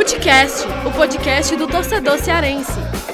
Futecast, o podcast do torcedor cearense.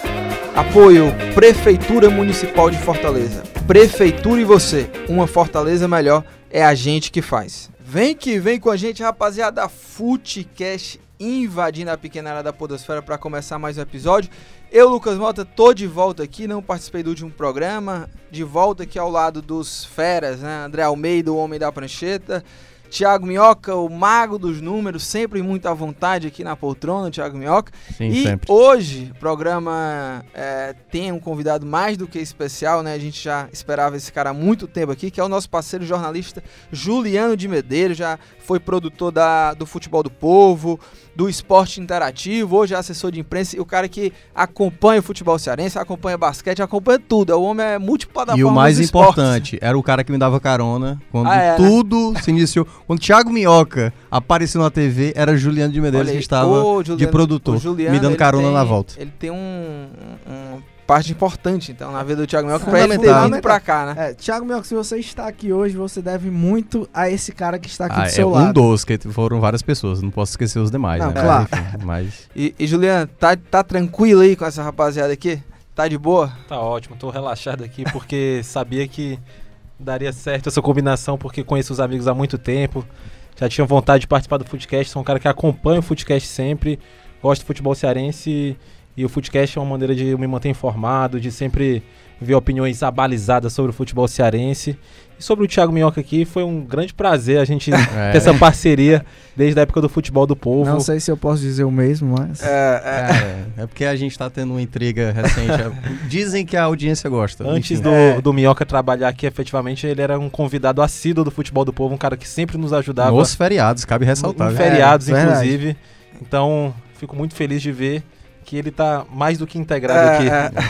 Apoio Prefeitura Municipal de Fortaleza. Prefeitura e você, uma Fortaleza melhor é a gente que faz. Vem que vem com a gente, rapaziada. Futecast invadindo a pequena área da podosfera para começar mais um episódio. Eu, Lucas Mota, tô de volta aqui, não participei do último programa. De volta aqui ao lado dos feras, né? André Almeida, o homem da prancheta. Thiago Minhoca, o mago dos números, sempre muito à vontade aqui na poltrona, Thiago Minhoca. Sim, e sempre. Hoje o programa tem um convidado mais do que especial, né? A gente já esperava esse cara há muito tempo aqui, que é o nosso parceiro jornalista Juliano de Medeiros, já foi produtor do Futebol do Povo, do Esporte Interativo, hoje é assessor de imprensa e o cara que acompanha o futebol cearense, acompanha basquete, acompanha tudo. O homem é multiplataforma. E o mais dos importante, esportes. era o cara que me dava carona quando né? se iniciou. Quando Thiago Minhoca apareceu na TV, era Juliano de Medeiros que estava de produtor, me dando carona na volta. Ele tem uma parte importante, então, na vida do Thiago Minhoca, pra ele ter vindo pra cá, né? Thiago Minhoca, se você está aqui hoje, você deve muito a esse cara que está aqui do seu lado. Um dos, que foram várias pessoas, não posso esquecer os demais, não, né? Claro. Enfim, mas... E Juliano, tá tranquilo aí com essa rapaziada aqui? Tá de boa? Tá ótimo, tô relaxado aqui porque sabia que daria certo essa combinação, porque conheço os amigos há muito tempo, já tinha vontade de participar do Futecast, sou um cara que acompanha o Futecast sempre, gosto do futebol cearense e o Futecast é uma maneira de eu me manter informado, de sempre ver opiniões abalizadas sobre o futebol cearense. E sobre o Thiago Minhoca aqui, foi um grande prazer a gente ter essa parceria desde a época do Futebol do Povo. Não sei se eu posso dizer o mesmo, mas... É porque a gente tá tendo uma intriga recente. Dizem que a audiência gosta. Antes do Minhoca trabalhar aqui, efetivamente, ele era um convidado assíduo do Futebol do Povo, um cara que sempre nos ajudava. Nos feriados, cabe ressaltar. Nos feriados, verdade. Inclusive. Então, fico muito feliz de ver que ele tá mais do que integrado aqui.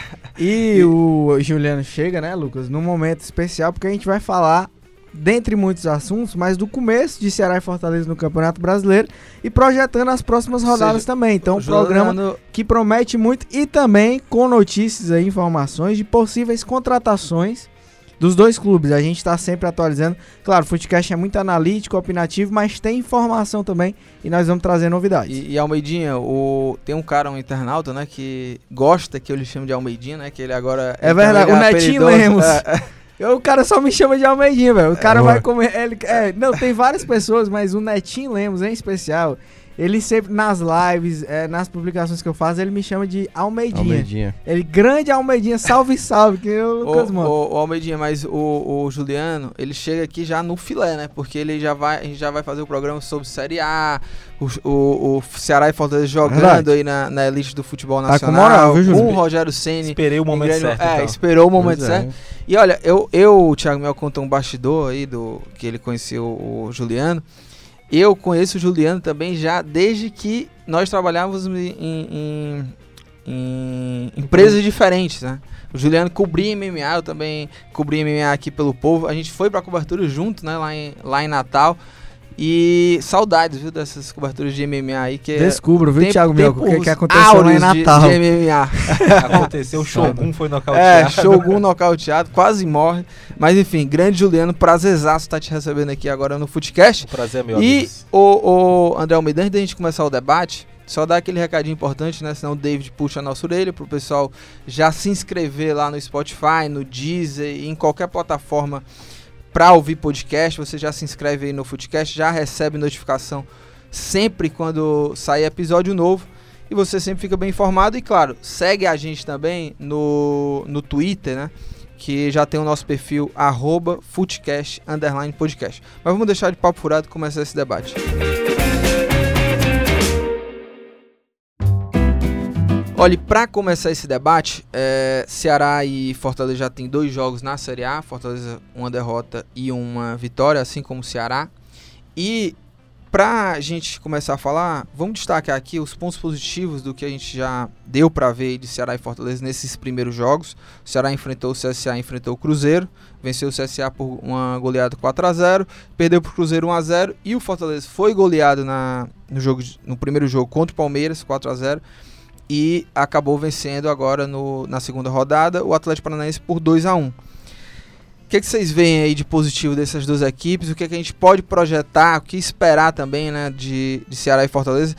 E o Juliano chega, né, Lucas, num momento especial, porque a gente vai falar, dentre muitos assuntos, mas do começo de Ceará e Fortaleza no Campeonato Brasileiro e projetando as próximas rodadas também. Então, um programa que promete muito e também com notícias e informações de possíveis contratações dos dois clubes. A gente está sempre atualizando. Claro, o Futecast é muito analítico, opinativo, mas tem informação também e nós vamos trazer novidades. E Almeidinha, tem um cara, um internauta, né, que gosta que eu lhe chamo de Almeidinha, né, que ele agora... É verdade, o Netinho Lemos. O cara só me chama de Almeidinha, velho. O cara vai comer... Não, tem várias pessoas, mas o Netinho Lemos em especial... Ele sempre, nas lives, nas publicações que eu faço, ele me chama de Almeidinha. Ele, grande Almeidinha, salve, salve, que é o Lucas Mota. O Almeidinha, mas o Juliano, ele chega aqui já no filé, né? Porque a gente já vai fazer o programa sobre Série A, o Ceará e Fortaleza jogando aí na elite do futebol nacional. Com moral, viu, com o Rogério Ceni. Esperei o momento certo. Então. Esperou o momento certo. E olha, o Thiago Mel contou um bastidor aí que ele conheceu o Juliano. Eu conheço o Juliano também já desde que nós trabalhávamos em empresas diferentes, né? O Juliano cobria MMA, eu também cobria MMA aqui pelo Povo. A gente foi pra cobertura junto, né? Lá em Natal. E saudades, viu, dessas coberturas de MMA aí. Descubro, viu, Thiago Mel, o que aconteceu lá em Natal. De MMA. Aconteceu, o Shogun foi nocauteado. Shogun nocauteado, quase morre. Mas enfim, grande Juliano, prazerzaço estar te recebendo aqui agora no Futecast. Prazer é meu, E amigos. o André Almeida, antes da gente começar o debate, só dar aquele recadinho importante, né? Senão o David puxa a nossa orelha pro pessoal já se inscrever lá no Spotify, no Deezer e em qualquer plataforma para ouvir podcast. Você já se inscreve aí no Futecast, já recebe notificação sempre quando sair episódio novo e você sempre fica bem informado. E claro, segue a gente também no Twitter, né? Que já tem o nosso perfil @Futecast_podcast. Mas vamos deixar de papo furado e começar esse debate. Olha, para começar esse debate, Ceará e Fortaleza já tem 2 jogos na Série A. Fortaleza, uma derrota e uma vitória, assim como o Ceará. E pra gente começar a falar, vamos destacar aqui os pontos positivos do que a gente já deu para ver de Ceará e Fortaleza nesses primeiros jogos. O Ceará enfrentou o CSA, enfrentou o Cruzeiro, venceu o CSA por uma goleada 4-0, perdeu pro Cruzeiro 1-0 e o Fortaleza foi goleado no primeiro jogo contra o Palmeiras, 4-0. E acabou vencendo agora na segunda rodada o Atlético Paranaense por 2-1. O que vocês veem aí de positivo dessas duas equipes? O que a gente pode projetar, o que esperar também, né, de Ceará e Fortaleza?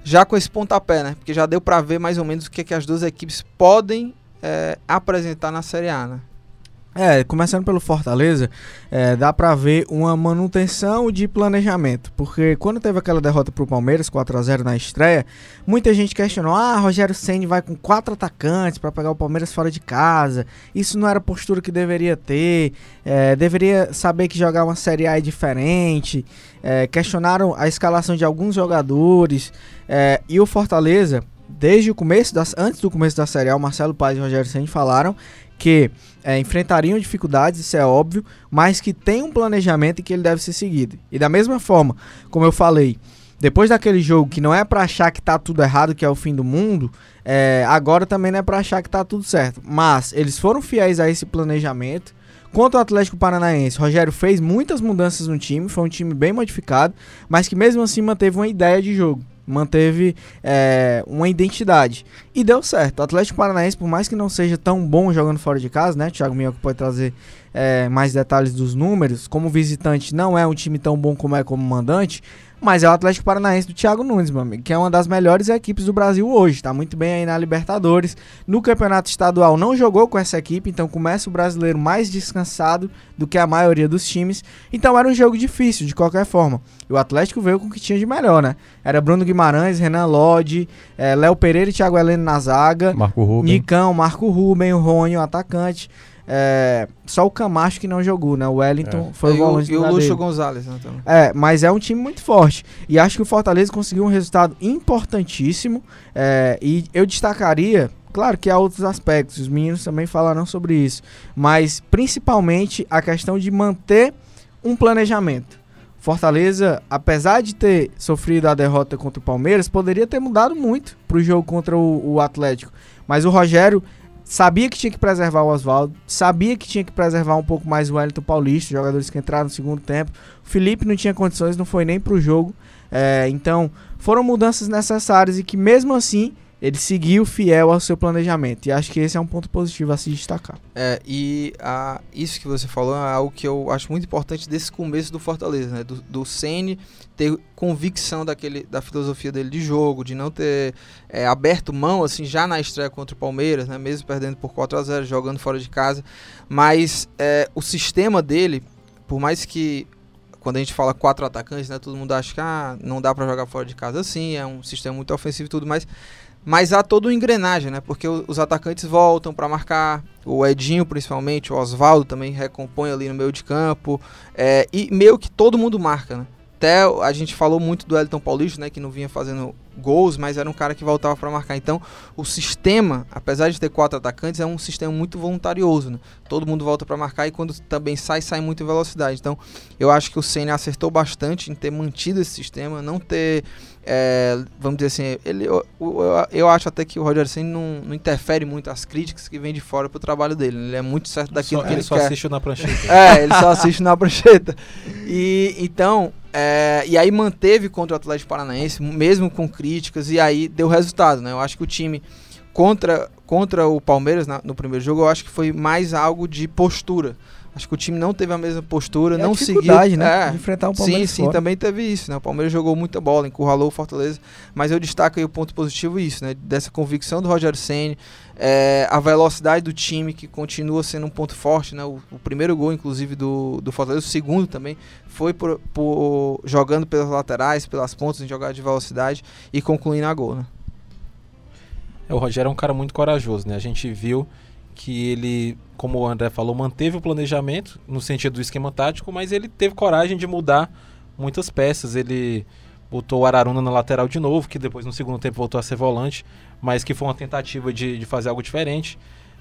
já com esse pontapé, né? Porque já deu para ver mais ou menos o que as duas equipes podem apresentar na Série A, né? Começando pelo Fortaleza, dá pra ver uma manutenção de planejamento, porque quando teve aquela derrota pro Palmeiras, 4-0 na estreia, muita gente questionou, Rogério Ceni vai com 4 atacantes pra pegar o Palmeiras fora de casa, isso não era a postura que deveria ter, deveria saber que jogar uma Série A é diferente, questionaram a escalação de alguns jogadores, e o Fortaleza, desde o começo, antes do começo da Série A, o Marcelo Paes e o Rogério Ceni falaram que enfrentariam dificuldades, isso é óbvio, mas que tem um planejamento e que ele deve ser seguido. E da mesma forma, como eu falei, depois daquele jogo que não é pra achar que tá tudo errado, que é o fim do mundo, agora também não é pra achar que tá tudo certo. Mas eles foram fiéis a esse planejamento. Contra o Atlético Paranaense, Rogério fez muitas mudanças no time, foi um time bem modificado, mas que mesmo assim manteve uma ideia de jogo. Manteve uma identidade. E deu certo. O Atlético Paranaense, por mais que não seja tão bom jogando fora de casa, né? O Thiago Minhoca pode trazer mais detalhes dos números. Como visitante, não é um time tão bom como é como mandante. Mas é o Atlético Paranaense do Thiago Nunes, meu amigo, que é uma das melhores equipes do Brasil hoje. Tá muito bem aí na Libertadores. No Campeonato Estadual não jogou com essa equipe, então começa o brasileiro mais descansado do que a maioria dos times. Então era um jogo difícil, de qualquer forma. E o Atlético veio com o que tinha de melhor, né? Era Bruno Guimarães, Renan Lodge, Léo Pereira e Thiago Heleno na zaga. Marco Ruben. Nicão, Marco Ruben, o Rony, o atacante. Só o Camacho que não jogou, né? O Wellington foi o volante e o Lúcio Gonzalez, né? Também. Mas é um time muito forte. E acho que o Fortaleza conseguiu um resultado importantíssimo. E eu destacaria, claro que há outros aspectos, os meninos também falaram sobre isso, mas principalmente a questão de manter um planejamento. Fortaleza, apesar de ter sofrido a derrota contra o Palmeiras, poderia ter mudado muito pro jogo contra o Atlético. Mas o Rogério sabia que tinha que preservar o Oswaldo, sabia que tinha que preservar um pouco mais o Wellington Paulista, jogadores que entraram no segundo tempo. O Felipe não tinha condições, não foi nem pro jogo. Então, foram mudanças necessárias e que mesmo assim ele seguiu fiel ao seu planejamento. E acho que esse é um ponto positivo a se destacar. Isso que você falou é algo que eu acho muito importante desse começo do Fortaleza, né? Do Ceni ter convicção da filosofia dele de jogo, de não ter aberto mão assim, já na estreia contra o Palmeiras, né? Mesmo perdendo por 4-0, jogando fora de casa. Mas o sistema dele, por mais que quando a gente fala 4 atacantes, né, todo mundo acha que não dá pra jogar fora de casa assim, é um sistema muito ofensivo e tudo mais. Mas há toda uma engrenagem, né? Porque os atacantes voltam para marcar, o Edinho principalmente, o Oswaldo também recompõe ali no meio de campo, e meio que todo mundo marca, né? Até a gente falou muito do Wellington Paulista, né? Que não vinha fazendo gols, mas era um cara que voltava para marcar. Então, o sistema, apesar de ter 4 atacantes, é um sistema muito voluntarioso, né? Todo mundo volta para marcar e quando também sai muito em velocidade. Então, eu acho que o Ceni acertou bastante em ter mantido esse sistema, não ter... vamos dizer assim, eu acho até que o Rogério Ceni não interfere muito as críticas que vêm de fora pro trabalho dele. Ele é muito certo daquilo que ele só quer. Assiste na prancheta. Ele só assiste na prancheta. E então, e aí manteve contra o Atlético Paranaense, mesmo com críticas, e aí deu resultado, né? Eu acho que o time contra o Palmeiras no primeiro jogo, eu acho que foi mais algo de postura. Acho que o time não teve a mesma postura, não seguiu, né? De enfrentar o Palmeiras. Sim, também teve isso, né? O Palmeiras jogou muita bola, encurralou o Fortaleza, mas eu destaco aí o ponto positivo isso, né? Dessa convicção do Rogério Ceni, a velocidade do time que continua sendo um ponto forte, né? O primeiro gol, inclusive, do Fortaleza, o segundo também, foi jogando pelas laterais, pelas pontas, em jogada de velocidade e concluindo a gol, né? O Rogério é um cara muito corajoso, né? A gente viu que ele, como o André falou, manteve o planejamento no sentido do esquema tático, mas ele teve coragem de mudar muitas peças. Ele botou o Araruna na lateral de novo, que depois no segundo tempo voltou a ser volante, mas que foi uma tentativa de fazer algo diferente.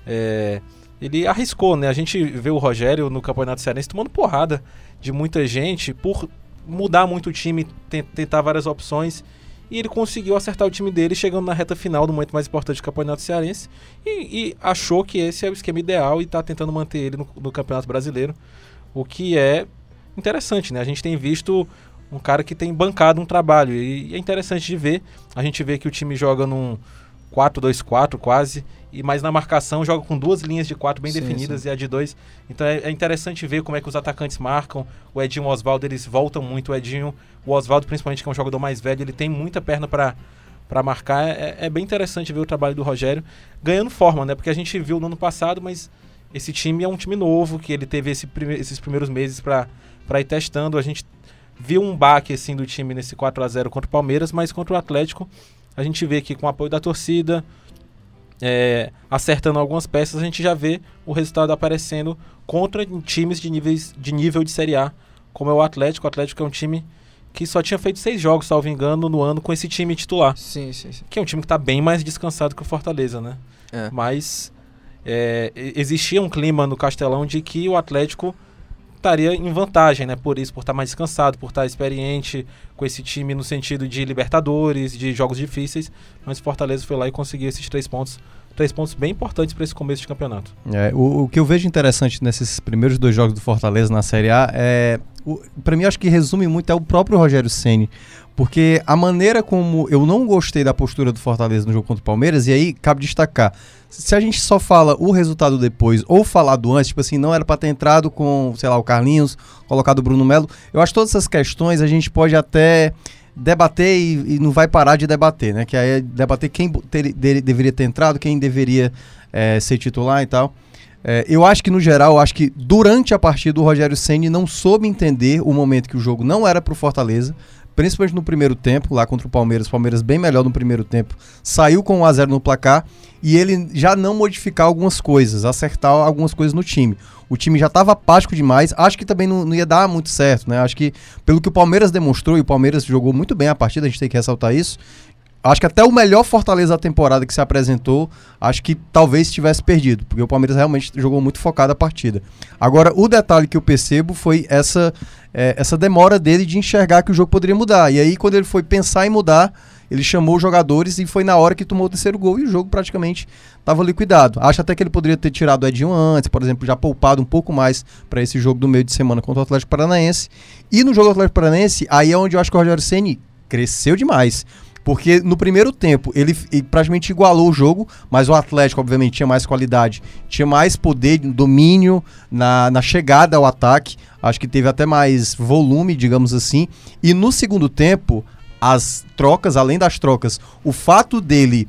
Ele arriscou, né? A gente vê o Rogério no Campeonato Cearense tomando porrada de muita gente por mudar muito o time, tentar várias opções. E ele conseguiu acertar o time dele, chegando na reta final do momento mais importante do Campeonato Cearense, e achou que esse é o esquema ideal e está tentando manter ele no Campeonato Brasileiro, o que é interessante, né? A gente tem visto um cara que tem bancado um trabalho, e é interessante de ver. A gente vê que o time joga num 4-2-4 quase, mas na marcação joga com 2 linhas de 4 bem definidas, sim. E a de 2. Então é interessante ver como é que os atacantes marcam. O Edinho e o Oswaldo, eles voltam muito. O Oswaldo, principalmente, que é um jogador mais velho, ele tem muita perna para para marcar. É bem interessante ver o trabalho do Rogério ganhando forma, né? Porque a gente viu no ano passado, mas esse time é um time novo, que ele teve esses primeiros meses para ir testando. A gente viu um baque assim, do time nesse 4-0 contra o Palmeiras, mas contra o Atlético a gente vê que com o apoio da torcida, acertando algumas peças, a gente já vê o resultado aparecendo contra times de nível de Série A, como é o Atlético. O Atlético é um time que só tinha feito 6 jogos, salvo engano, no ano com esse time titular. Sim. Que é um time que está bem mais descansado que o Fortaleza, né? Mas existia um clima no Castelão de que o Atlético estaria em vantagem, né? Por estar mais descansado, por estar experiente com esse time no sentido de Libertadores, de jogos difíceis, mas o Fortaleza foi lá e conseguiu esses 3 pontos. 3 pontos bem importantes para esse começo de campeonato. O que eu vejo interessante nesses primeiros 2 jogos do Fortaleza na Série A para mim, acho que resume muito o próprio Rogério Ceni, porque a maneira como eu não gostei da postura do Fortaleza no jogo contra o Palmeiras, e aí cabe destacar, se a gente só fala o resultado depois ou falar do antes, tipo assim, não era para ter entrado com, sei lá, o Carlinhos, colocado o Bruno Melo, eu acho que todas essas questões a gente pode até debater e não vai parar de debater, né? Que aí é debater quem deveria ter entrado, quem deveria ser titular e tal. Eu acho que, no geral, durante a partida o Rogério Ceni não soube entender o momento que o jogo não era pro Fortaleza, principalmente no primeiro tempo, lá contra o Palmeiras bem melhor no primeiro tempo, saiu com 1-0 no placar, e ele já não modificar algumas coisas, acertar algumas coisas no time. O time já estava apático demais, acho que também não ia dar muito certo, né? Acho que, pelo que o Palmeiras demonstrou, e o Palmeiras jogou muito bem a partida, a gente tem que ressaltar isso, acho que até o melhor Fortaleza da temporada que se apresentou, acho que talvez tivesse perdido, porque o Palmeiras realmente jogou muito focado a partida. Agora, o detalhe que eu percebo foi essa demora dele de enxergar que o jogo poderia mudar. E aí, quando ele foi pensar em mudar, ele chamou os jogadores e foi na hora que tomou o terceiro gol e o jogo praticamente estava liquidado. Acho até que ele poderia ter tirado o Edinho antes, por exemplo, já poupado um pouco mais para esse jogo do meio de semana contra o Atlético Paranaense. E no jogo do Atlético Paranaense, aí é onde eu acho que o Rogério Ceni cresceu demais. Porque no primeiro tempo ele praticamente igualou o jogo, mas o Atlético obviamente tinha mais qualidade, tinha mais poder, domínio na chegada ao ataque, acho que teve até mais volume, digamos assim, e no segundo tempo, as trocas, além das trocas, o fato dele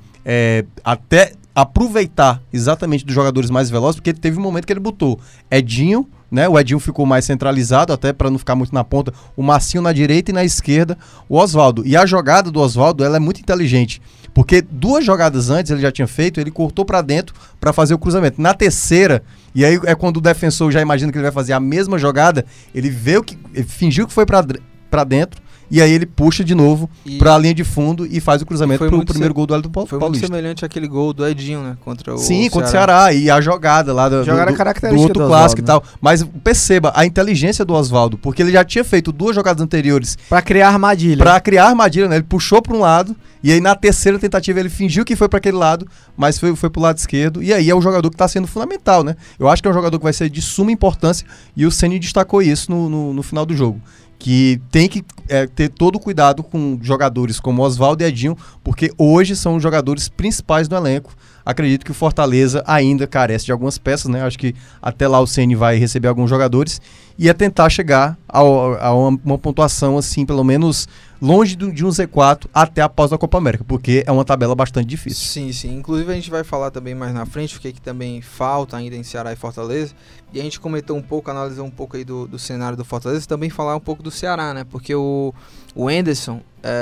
até aproveitar exatamente dos jogadores mais velozes, porque teve um momento que ele botou Edinho, né? O Edinho ficou mais centralizado, até para não ficar muito na ponta, o Marcinho na direita e na esquerda o Oswaldo. E a jogada do Oswaldo, ela é muito inteligente, porque 2 jogadas antes ele já tinha feito, ele cortou para dentro para fazer o cruzamento. Na terceira, e aí é quando o defensor já imagina que ele vai fazer a mesma jogada, ele fingiu que foi para dentro, e aí ele puxa de novo para a linha de fundo e faz o cruzamento pro primeiro gol do Wellington Paulista. Foi muito semelhante àquele gol do Edinho, né? Contra o Ceará. E a jogada lá do outro clássico, né? E tal. Mas perceba a inteligência do Oswaldo, porque ele já tinha feito 2 jogadas anteriores para criar armadilha. Né? Ele puxou para um lado e aí na terceira tentativa ele fingiu que foi para aquele lado, mas foi pro lado esquerdo. E aí é um jogador que está sendo fundamental, né? Eu acho que é um jogador que vai ser de suma importância e o Ceni destacou isso no final do jogo. Que tem que ter todo o cuidado com jogadores como Oswaldo e Edinho, porque hoje são os jogadores principais do elenco. Acredito que o Fortaleza ainda carece de algumas peças, né? Acho que até lá o Ceni vai receber alguns jogadores e tentar chegar a uma pontuação, assim, pelo menos longe de um Z4 até a pausa da Copa América, porque é uma tabela bastante difícil. Sim. Inclusive a gente vai falar também mais na frente o que também falta ainda em Ceará e Fortaleza. E a gente comentou um pouco, analisou um pouco aí do cenário do Fortaleza, também falar um pouco do Ceará, né? Porque o Anderson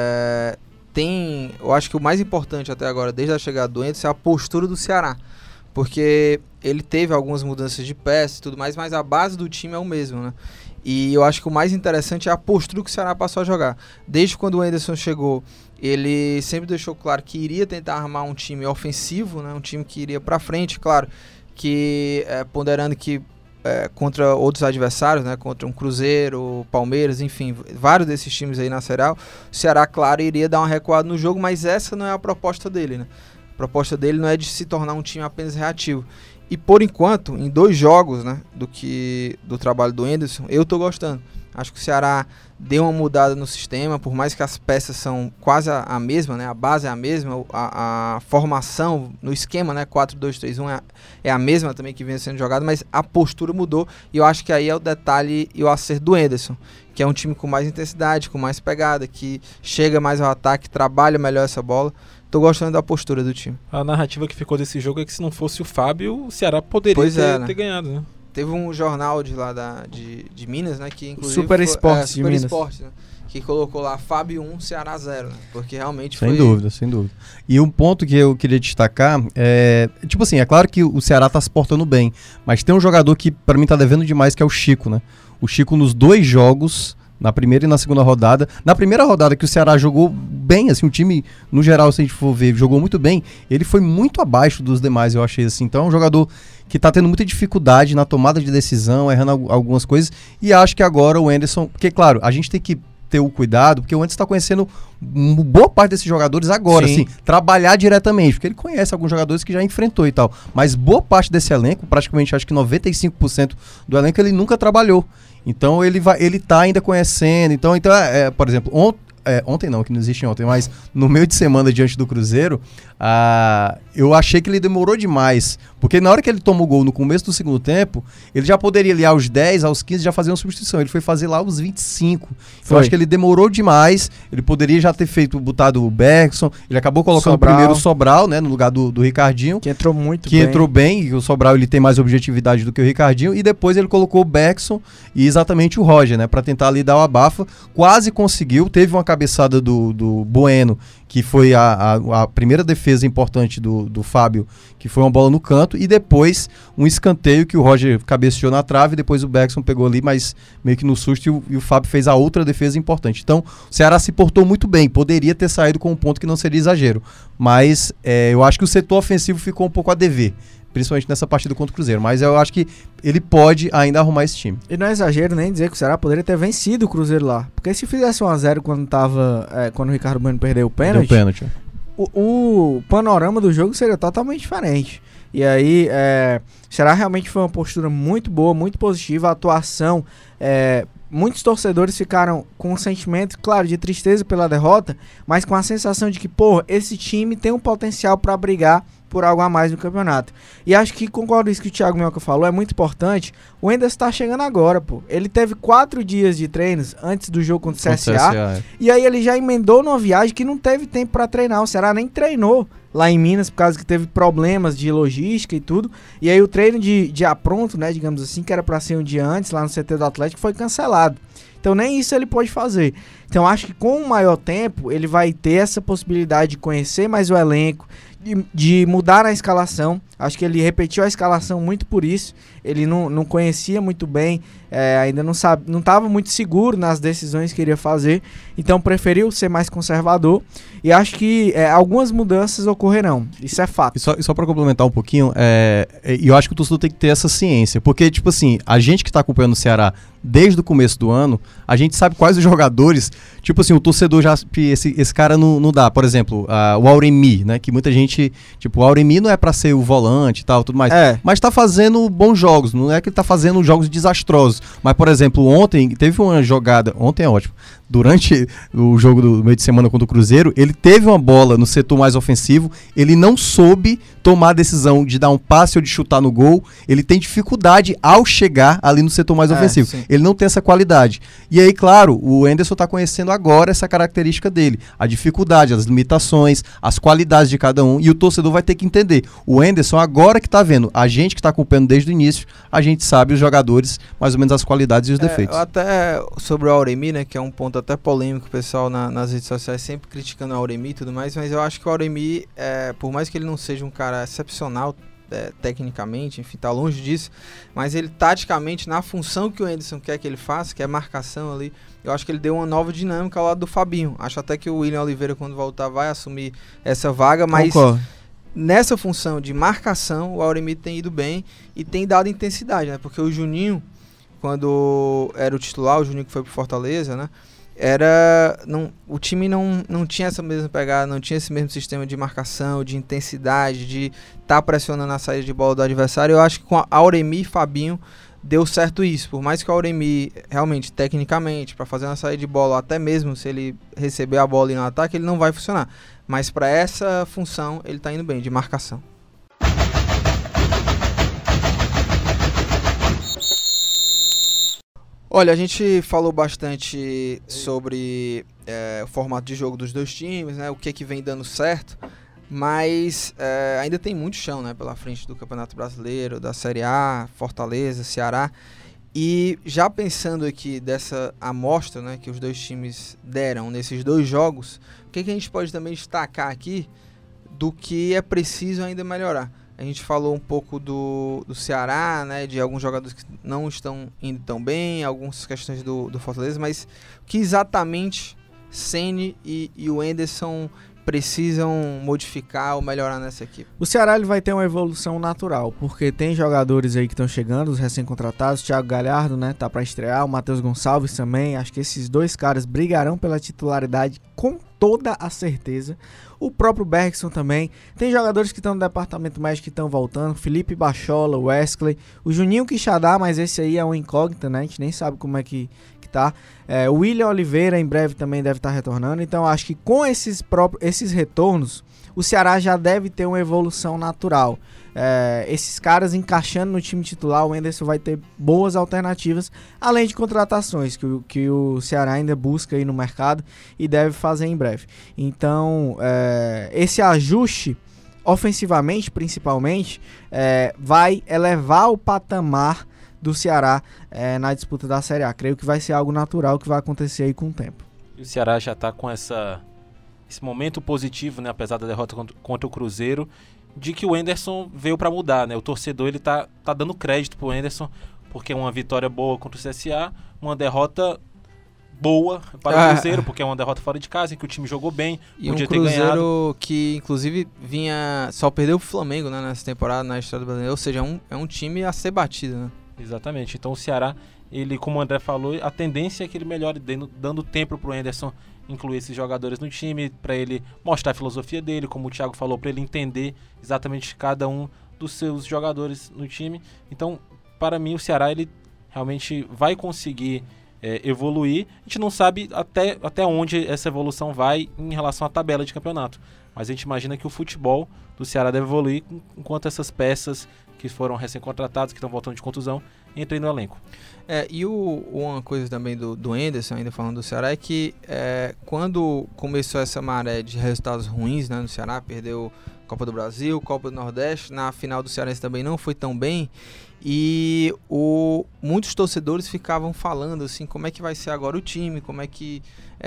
eu acho que o mais importante até agora, desde a chegada do Anderson, é a postura do Ceará. Porque ele teve algumas mudanças de peças e tudo mais, mas a base do time é o mesmo, né? E eu acho que o mais interessante é a postura que o Ceará passou a jogar. Desde quando o Anderson chegou, ele sempre deixou claro que iria tentar armar um time ofensivo, né? Um time que iria pra frente, claro, que ponderando que contra outros adversários, né? Contra um Cruzeiro, Palmeiras, enfim, vários desses times aí na Série A, o Ceará, claro, iria dar uma recuada no jogo, mas essa não é a proposta dele, né? A proposta dele não é de se tornar um time apenas reativo. E por enquanto, em 2 jogos, né, do trabalho do Anderson, eu tô gostando. Acho que o Ceará deu uma mudada no sistema, por mais que as peças são quase a mesma, né? A base é a mesma, a formação no esquema, né? 4-2-3-1 é a mesma também que vinha sendo jogada, mas a postura mudou e eu acho que aí é o detalhe e o acerto do Enderson, que é um time com mais intensidade, com mais pegada, que chega mais ao ataque, trabalha melhor essa bola. Tô gostando da postura do time. A narrativa que ficou desse jogo é que se não fosse o Fábio, o Ceará poderia ter ganhado, né? Teve um jornal de lá de Minas, né? Que inclusive Super Esportes de Super Minas. Esportes, né, que colocou lá Fábio 1, Ceará 0, né? Porque realmente sem dúvida. E um ponto que eu queria destacar é... Tipo assim, é claro que o Ceará tá se portando bem, mas tem um jogador que pra mim tá devendo demais, que é o Chico, né? O Chico nos 2 jogos... Na primeira e na segunda rodada. Na primeira rodada que o Ceará jogou bem, assim, o time, no geral, se a gente for ver, jogou muito bem. Ele foi muito abaixo dos demais, eu achei, assim. Então é um jogador que tá tendo muita dificuldade na tomada de decisão, errando algumas coisas. E acho que agora o Enderson... Porque, claro, a gente tem que ter o cuidado, porque o Enderson tá conhecendo boa parte desses jogadores agora, assim, trabalhar diretamente, porque ele conhece alguns jogadores que já enfrentou e tal. Mas boa parte desse elenco, praticamente acho que 95% do elenco, ele nunca trabalhou. Então ele tá ainda conhecendo. Então por exemplo, ontem não, que não existe ontem, mas no meio de semana diante do Cruzeiro, eu achei que ele demorou demais, porque na hora que ele toma o gol no começo do segundo tempo, ele já poderia ali aos 10, aos 15 já fazer uma substituição, ele foi fazer lá aos 25, então eu acho que ele demorou demais, ele poderia já ter botado o Bergson, ele acabou colocando primeiro o Sobral, né, no lugar do Ricardinho, que entrou bem, e o Sobral ele tem mais objetividade do que o Ricardinho, e depois ele colocou o Bergson e exatamente o Roger, né, pra tentar ali dar o abafa, quase conseguiu, teve uma cabeçada do Bueno, que foi a primeira defesa importante do Fábio, que foi uma bola no canto, e depois um escanteio que o Roger cabeceou na trave, e depois o Bergson pegou ali, mas meio que no susto, e o Fábio fez a outra defesa importante. Então, o Ceará se portou muito bem, poderia ter saído com um ponto que não seria exagero, mas eu acho que o setor ofensivo ficou um pouco a dever, principalmente nessa partida contra o Cruzeiro, mas eu acho que ele pode ainda arrumar esse time. E não é exagero nem dizer que o Ceará poderia ter vencido o Cruzeiro lá, porque se fizesse 1-0 quando o Ricardo Bueno perdeu o pênalti, o panorama do jogo seria totalmente diferente. E aí, o Ceará realmente foi uma postura muito boa, muito positiva, a atuação, muitos torcedores ficaram com um sentimento, claro, de tristeza pela derrota, mas com a sensação de que, esse time tem um potencial para brigar por algo a mais no campeonato. E acho que, concordo com isso que o Thiago Minhoca falou, é muito importante. O Enderson tá chegando agora, Ele teve 4 dias de treinos antes do jogo contra o CSA. E aí ele já emendou numa viagem que não teve tempo para treinar. O Ceará nem treinou lá em Minas, por causa que teve problemas de logística e tudo. E aí o treino de apronto, né, digamos assim, que era para ser um dia antes, lá no CT do Atlético, foi cancelado. Então nem isso ele pode fazer. Então acho que com o maior tempo, ele vai ter essa possibilidade de conhecer mais o elenco, de mudar a escalação. Acho que ele repetiu a escalação muito por isso. Ele não conhecia muito bem, ainda não estava muito seguro nas decisões que iria fazer, então preferiu ser mais conservador, e acho que algumas mudanças ocorrerão, isso é fato. E só para complementar um pouquinho, eu acho que o torcedor tem que ter essa ciência, porque tipo assim, a gente que está acompanhando o Ceará desde o começo do ano, a gente sabe quais os jogadores, tipo assim, o torcedor já, esse cara não dá, por exemplo, o Auremi, né, que muita gente, tipo, o Auremi não é para ser o volante e tal, tudo mais, mas tá fazendo bons jogos, não é que ele tá fazendo jogos desastrosos, mas por exemplo, ontem teve uma jogada, ontem é ótimo, durante o jogo do meio de semana contra o Cruzeiro, ele teve uma bola no setor mais ofensivo, ele não soube tomar a decisão de dar um passe ou de chutar no gol, ele tem dificuldade ao chegar ali no setor mais ofensivo, ele não tem essa qualidade, e aí claro, o Enderson tá conhecendo agora essa característica dele, a dificuldade, as limitações, as qualidades de cada um, e o torcedor vai ter que entender, o Enderson agora que tá vendo, a gente que tá acompanhando desde o início, a gente sabe os jogadores, mais ou menos as qualidades e os defeitos. Até sobre o Auremi, né, que é um ponto até polêmico, o pessoal nas redes sociais sempre criticando o Auremi e tudo mais, mas eu acho que o Auremi, por mais que ele não seja um cara excepcional tecnicamente, enfim, tá longe disso, mas ele taticamente, na função que o Enderson quer que ele faça, que é marcação ali, eu acho que ele deu uma nova dinâmica ao lado do Fabinho. Acho até que o William Oliveira, quando voltar, vai assumir essa vaga, mas nessa função de marcação, o Auremi tem ido bem e tem dado intensidade, né? Porque o Juninho, quando era o titular, o Juninho que foi pro Fortaleza, né? O time não tinha essa mesma pegada, não tinha esse mesmo sistema de marcação, de intensidade, de estar pressionando a saída de bola do adversário. Eu acho que com a Auremi e Fabinho deu certo isso. Por mais que o Auremi, realmente, tecnicamente, para fazer uma saída de bola, até mesmo se ele receber a bola e ir no ataque, ele não vai funcionar. Mas para essa função, ele tá indo bem, de marcação. Olha, a gente falou bastante sobre o formato de jogo dos dois times, né, o que vem dando certo, mas ainda tem muito chão, né, pela frente do Campeonato Brasileiro, da Série A, Fortaleza, Ceará. E já pensando aqui dessa amostra, né, que os dois times deram nesses dois jogos, o que a gente pode também destacar aqui do que é preciso ainda melhorar? A gente falou um pouco do Ceará, né, de alguns jogadores que não estão indo tão bem, algumas questões do Fortaleza, mas o que exatamente Ceni e o Enderson precisam modificar ou melhorar nessa equipe? O Ceará ele vai ter uma evolução natural, porque tem jogadores aí que estão chegando, os recém-contratados, Thiago Galhardo, né, tá para estrear, o Matheus Gonçalves também, acho que esses dois caras brigarão pela titularidade com toda a certeza. O próprio Bergson também. Tem jogadores que estão no departamento médico que estão voltando. Felipe Bachola, Wesley, o Juninho Quixadá, mas esse aí é um incógnito, né? A gente nem sabe como é que tá. O William Oliveira em breve também deve estar retornando. Então acho que com esses retornos, o Ceará já deve ter uma evolução natural. Esses caras encaixando no time titular, o Enderson vai ter boas alternativas, além de contratações que o Ceará ainda busca aí no mercado e deve fazer em breve. Então, esse ajuste, ofensivamente principalmente, vai elevar o patamar do Ceará na disputa da Série A. Creio que vai ser algo natural que vai acontecer aí com o tempo. E o Ceará já está com esse momento positivo, né, apesar da derrota contra o Cruzeiro, de que o Enderson veio para mudar, né? O torcedor ele tá dando crédito pro Enderson, porque é uma vitória boa contra o CSA, uma derrota boa para o Cruzeiro, porque é uma derrota fora de casa, em que o time jogou bem, e podia um ter ganhado. Cruzeiro que, inclusive, só perdeu o Flamengo, né, nessa temporada, na história do Brasileiro, ou seja, é um time a ser batido, né? Exatamente. Então o Ceará, ele, como o André falou, a tendência é que ele melhore, dando tempo pro Enderson incluir esses jogadores no time, para ele mostrar a filosofia dele, como o Thiago falou, para ele entender exatamente cada um dos seus jogadores no time. Então, para mim, o Ceará ele realmente vai conseguir evoluir. A gente não sabe até onde essa evolução vai em relação à tabela de campeonato, mas a gente imagina que o futebol do Ceará deve evoluir enquanto essas peças que foram recém-contratadas, que estão voltando de contusão, entrem no elenco. E uma coisa também do Enderson, ainda falando do Ceará, é que quando começou essa maré de resultados ruins, né, no Ceará, perdeu Copa do Brasil, Copa do Nordeste, na final do Cearense também não foi tão bem, e muitos torcedores ficavam falando assim, como é que vai ser agora o time, como é que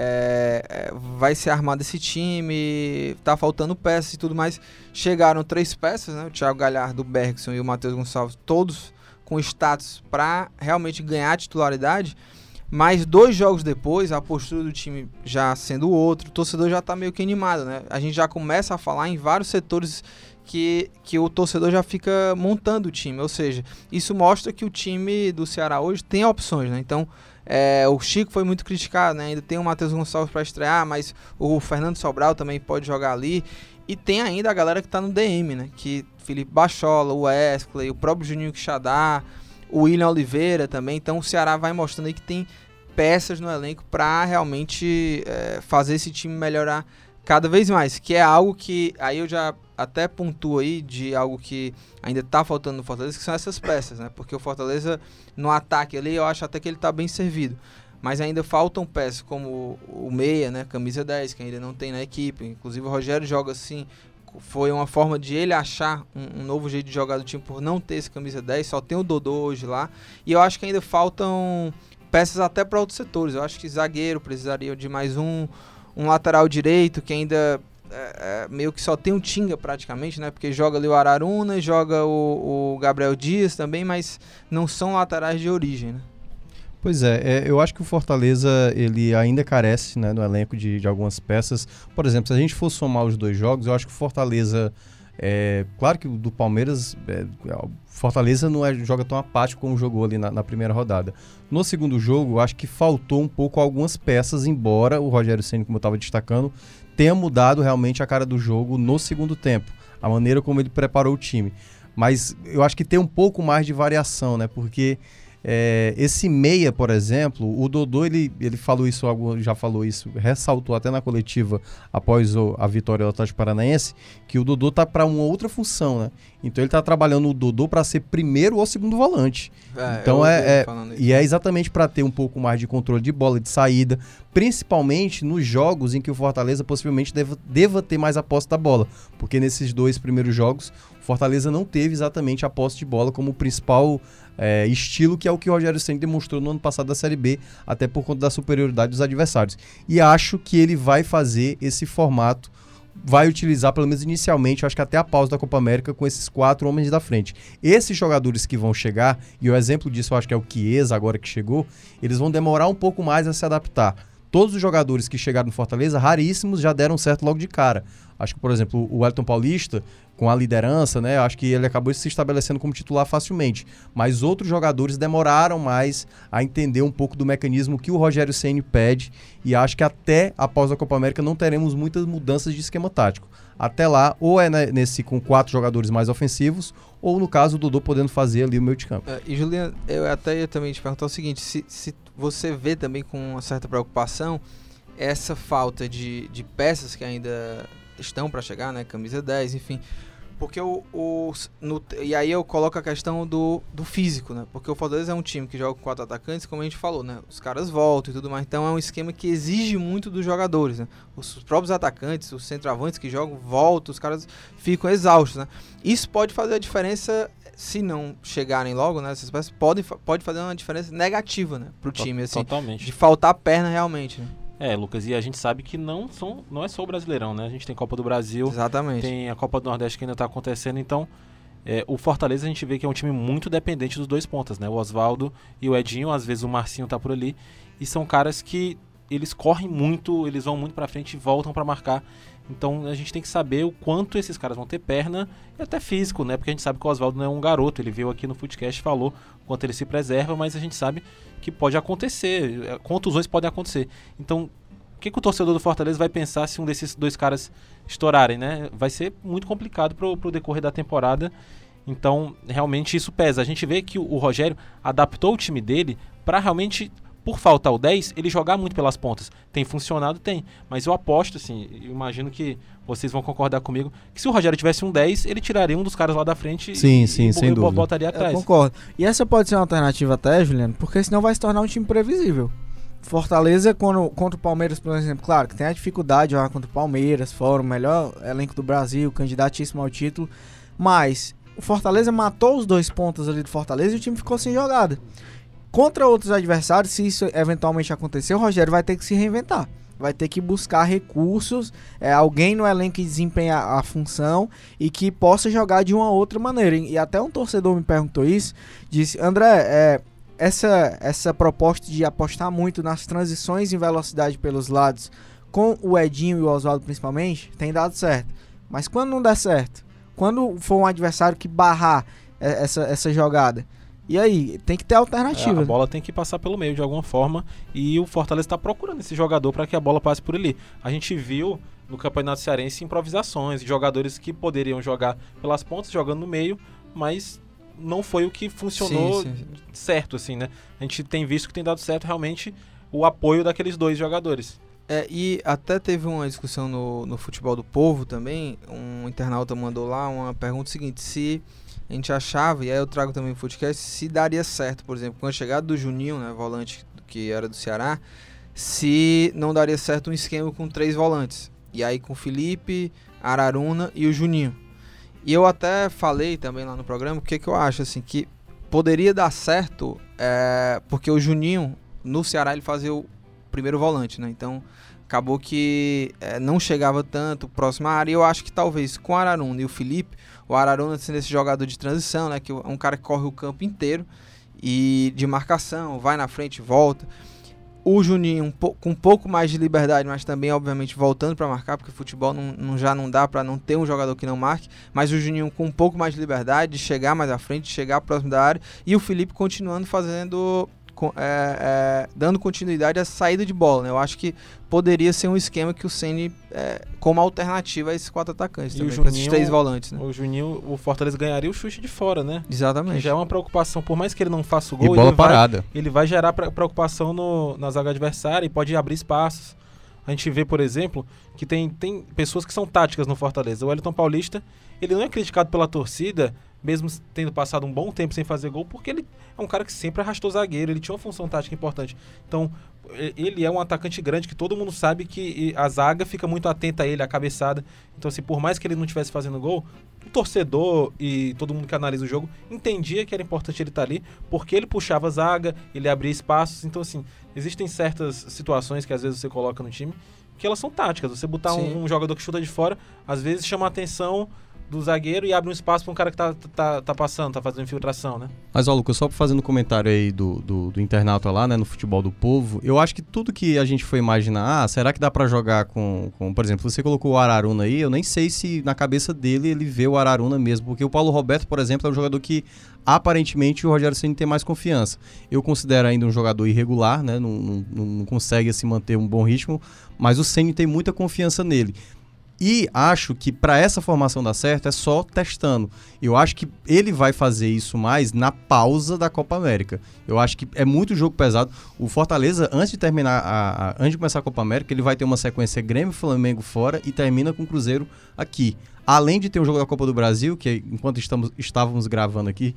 vai ser armado esse time, tá faltando peças e tudo mais. Chegaram 3 peças, né, o Thiago Galhardo, o Bergson e o Matheus Gonçalves, todos com status para realmente ganhar a titularidade, mas 2 jogos depois, a postura do time já sendo outro, o torcedor já está meio que animado, né? A gente já começa a falar em vários setores que o torcedor já fica montando o time, ou seja, isso mostra que o time do Ceará hoje tem opções, né? Então, o Chico foi muito criticado, né? Ainda tem o Matheus Gonçalves para estrear, mas o Fernando Sobral também pode jogar ali. E tem ainda a galera que tá no DM, né? Que Felipe Bachola, o Wesley, o próprio Juninho Quixadá, o William Oliveira também. Então o Ceará vai mostrando aí que tem peças no elenco para realmente fazer esse time melhorar cada vez mais. Que é algo que, aí eu já até pontuo aí de algo que ainda tá faltando no Fortaleza, que são essas peças, né? Porque o Fortaleza, no ataque ali, eu acho até que ele tá bem servido. Mas ainda faltam peças como o meia, né, camisa 10, que ainda não tem na equipe. Inclusive o Rogério joga assim, foi uma forma de ele achar um novo jeito de jogar do time por não ter esse camisa 10, só tem o Dodô hoje lá. E eu acho que ainda faltam peças até para outros setores. Eu acho que zagueiro precisaria de mais um lateral direito, que ainda meio que só tem o Tinga praticamente, né, porque joga ali o Araruna, joga o Gabriel Dias também, mas não são laterais de origem, né? Pois eu acho que o Fortaleza ele ainda carece, né, no elenco de algumas peças. Por exemplo, se a gente for somar os 2 jogos, eu acho que o Fortaleza, claro que o do Palmeiras, Fortaleza não joga tão apático como jogou ali na primeira rodada. No segundo jogo, eu acho que faltou um pouco algumas peças, embora o Rogério Ceni, como eu estava destacando, tenha mudado realmente a cara do jogo no segundo tempo, a maneira como ele preparou o time. Mas eu acho que tem um pouco mais de variação, né, porque Esse meia, por exemplo, o Dodô, ele falou isso, já falou isso, ressaltou até na coletiva após a vitória do Atlético Paranaense, que o Dodô tá para uma outra função, né? Então ele tá trabalhando o Dodô para ser primeiro ou segundo volante. Então é exatamente para ter um pouco mais de controle de bola, de saída, principalmente nos jogos em que o Fortaleza possivelmente deva ter mais a posse da bola, porque nesses 2 primeiros jogos o Fortaleza não teve exatamente a posse de bola como principal estilo, que é o que o Rogério Ceni demonstrou no ano passado da Série B, até por conta da superioridade dos adversários. E acho que ele vai fazer esse formato, vai utilizar, pelo menos inicialmente, acho que até a pausa da Copa América, com esses 4 homens da frente. Esses jogadores que vão chegar, e o exemplo disso eu acho que é o Chiesa agora que chegou, eles vão demorar um pouco mais a se adaptar. Todos os jogadores que chegaram no Fortaleza, raríssimos, já deram certo logo de cara. Acho que, por exemplo, o Wellington Paulista, com a liderança, né? Acho que ele acabou se estabelecendo como titular facilmente. Mas outros jogadores demoraram mais a entender um pouco do mecanismo que o Rogério Ceni pede. E acho que até após a Copa América não teremos muitas mudanças de esquema tático. Até lá, ou é com 4 jogadores mais ofensivos, ou no caso o Dodô podendo fazer ali o meio de campo. E Juliano, eu até ia também te perguntar o seguinte, se você vê também com uma certa preocupação essa falta de peças que ainda estão para chegar, né, camisa 10, enfim, porque e aí eu coloco a questão do físico, né, porque o Fortaleza é um time que joga com 4 atacantes, como a gente falou, né, os caras voltam e tudo mais, então é um esquema que exige muito dos jogadores, né, os próprios atacantes, os centroavantes que jogam, voltam, os caras ficam exaustos, né, isso pode fazer a diferença, se não chegarem logo, né, essas peças pode fazer uma diferença negativa, né, pro time, assim, totalmente. De faltar perna realmente, né. Lucas, e a gente sabe que não é só o Brasileirão, né? A gente tem Copa do Brasil, exatamente, tem a Copa do Nordeste que ainda está acontecendo, então o Fortaleza a gente vê que é um time muito dependente dos 2 pontas, né? O Oswaldo e o Edinho, às vezes o Marcinho tá por ali, e são caras que eles correm muito, eles vão muito pra frente e voltam para marcar. Então a gente tem que saber o quanto esses caras vão ter perna e até físico, né? Porque a gente sabe que o Oswaldo não é um garoto, ele veio aqui no Footcast e falou o quanto ele se preserva, mas a gente sabe que pode acontecer, contusões podem acontecer. Então, o que o torcedor do Fortaleza vai pensar se um desses 2 caras estourarem, né? Vai ser muito complicado pro decorrer da temporada. Então, realmente isso pesa. A gente vê que o Rogério adaptou o time dele para realmente, por faltar o 10, ele jogar muito pelas pontas. Tem funcionado? Tem. Mas eu aposto, assim, eu imagino que vocês vão concordar comigo, que se o Rogério tivesse um 10, ele tiraria um dos caras lá da frente sem e dúvida. Botaria atrás. Eu concordo. E essa pode ser uma alternativa até, Juliano, porque senão vai se tornar um time previsível. Fortaleza contra o Palmeiras, por exemplo, claro que tem a dificuldade de jogar contra o Palmeiras, fora o melhor elenco do Brasil, candidatíssimo ao título, mas o Fortaleza matou os 2 pontos ali do Fortaleza e o time ficou sem jogada. Contra outros adversários, se isso eventualmente acontecer, o Rogério vai ter que se reinventar. Vai ter que buscar recursos, alguém no elenco que desempenhe a função e que possa jogar de uma outra maneira. E até um torcedor me perguntou isso, disse, André, essa proposta de apostar muito nas transições em velocidade pelos lados, com o Edinho e o Oswaldo principalmente, tem dado certo. Mas quando não der certo, quando for um adversário que barrar essa jogada, e aí, tem que ter alternativa. A bola tem que passar pelo meio de alguma forma e o Fortaleza está procurando esse jogador para que a bola passe por ali. A gente viu no Campeonato Cearense improvisações, jogadores que poderiam jogar pelas pontas, jogando no meio, mas não foi o que funcionou certo, assim, né? A gente tem visto que tem dado certo realmente o apoio daqueles 2 jogadores. E até teve uma discussão no Futebol do Povo também, um internauta mandou lá uma pergunta seguinte, se a gente achava, e aí eu trago também o Footcast, se daria certo, por exemplo, com a chegada do Juninho, né, volante que era do Ceará, se não daria certo um esquema com 3 volantes, e aí com o Felipe, Araruna e o Juninho. E eu até falei também lá no programa, o que eu acho, assim, que poderia dar certo, porque o Juninho, no Ceará, ele fazia o primeiro volante, né, então acabou que não chegava tanto próximo à área, e eu acho que talvez com o Araruna e o Felipe, o Araruna sendo esse jogador de transição, né, que é um cara que corre o campo inteiro e de marcação, vai na frente, volta. O Juninho com um pouco mais de liberdade, mas também obviamente voltando para marcar, porque futebol já não dá para não ter um jogador que não marque, mas o Juninho com um pouco mais de liberdade, de chegar mais à frente, de chegar próximo da área, e o Felipe continuando fazendo dando continuidade à saída de bola, né? Eu acho que poderia ser um esquema que o Ceni, como alternativa a esses 4 atacantes E também, o para esses Juninho, 3 volantes, né? O Juninho, o Fortaleza ganharia o chute de fora, né? Que Exatamente. já é uma preocupação, por mais que ele não faça o E gol, bola parada. ele vai gerar preocupação na zaga adversária e pode abrir espaços. A gente vê, por exemplo, que tem pessoas que são táticas no Fortaleza. O Wellington Paulista, ele não é criticado pela torcida, mesmo tendo passado um bom tempo sem fazer gol, porque ele é um cara que sempre arrastou zagueiro, ele tinha uma função tática importante. Então, ele é um atacante grande que todo mundo sabe que a zaga fica muito atenta a ele, a cabeçada. Então, assim, por mais que ele não estivesse fazendo gol, o torcedor e todo mundo que analisa o jogo entendia que era importante ele estar ali, porque ele puxava a zaga, ele abria espaços. Então, assim, existem certas situações que às vezes você coloca no time que elas são táticas. Você botar um jogador que chuta de fora, às vezes chama a atenção do zagueiro e abre um espaço para um cara que tá passando, tá fazendo infiltração, né? Mas, ó, Lucas, só fazendo um comentário aí do internauta lá, né, no Futebol do Povo, eu acho que tudo que a gente foi imaginar, será que dá pra jogar com, por exemplo, você colocou o Araruna aí, eu nem sei se na cabeça dele ele vê o Araruna mesmo, porque o Paulo Roberto, por exemplo, é um jogador que aparentemente o Rogério Ceni tem mais confiança. Eu considero ainda um jogador irregular, né, não consegue assim manter um bom ritmo, mas o Ceni tem muita confiança nele. E acho que para essa formação dar certo é só testando. Eu acho que ele vai fazer isso mais na pausa da Copa América. Eu acho que é muito jogo pesado. O Fortaleza, antes de terminar, antes de começar a Copa América, ele vai ter uma sequência Grêmio, Flamengo fora e termina com o Cruzeiro aqui. Além de ter um jogo da Copa do Brasil, que enquanto estamos gravando aqui,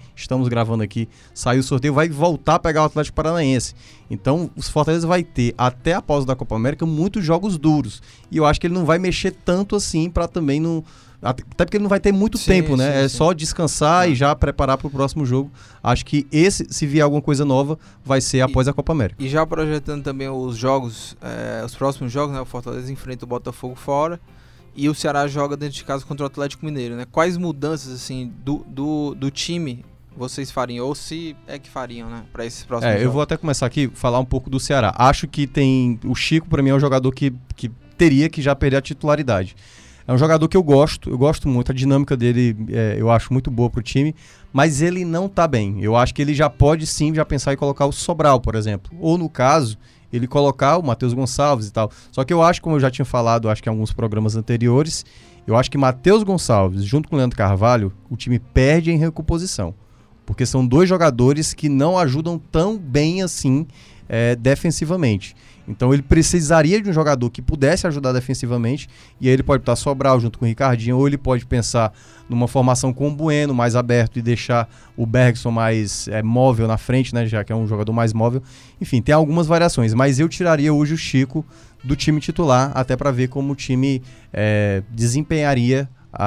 saiu o sorteio, vai voltar a pegar o Atlético Paranaense. Então, o Fortaleza vai ter, até a pausa da Copa América, muitos jogos duros. E eu acho que ele não vai mexer tanto assim para também não... Até porque ele não vai ter muito tempo, né? Sim. Só descansar e já preparar para o próximo jogo. Acho que se vier alguma coisa nova, vai ser após a Copa América. E já projetando também os jogos, os próximos jogos, né? O Fortaleza enfrenta o Botafogo fora. E o Ceará joga dentro de casa contra o Atlético Mineiro, né? Quais mudanças, assim, do time vocês fariam? Ou se é que fariam, né? Para esses próximos jogos? Eu vou até começar aqui, falar um pouco do Ceará. Acho que tem... O Chico, para mim, é um jogador que teria que já perder a titularidade. É um jogador que eu gosto muito. A dinâmica dele, eu acho muito boa pro time. Mas ele não tá bem. Eu acho que ele já pode, sim, já pensar em colocar o Sobral, por exemplo. Ou, no caso... ele colocar o Matheus Gonçalves e tal. Só que eu acho, como eu já tinha falado, acho que em alguns programas anteriores, eu acho que Matheus Gonçalves, junto com o Leandro Carvalho, o time perde em recomposição. Porque são 2 jogadores que não ajudam tão bem assim defensivamente. Então ele precisaria de um jogador que pudesse ajudar defensivamente, e aí ele pode estar Sobral junto com o Ricardinho, ou ele pode pensar numa formação com o Bueno mais aberto e deixar o Bergson mais móvel na frente, né, já que é um jogador mais móvel. Enfim, tem algumas variações, mas eu tiraria hoje o Chico do time titular, até para ver como o time desempenharia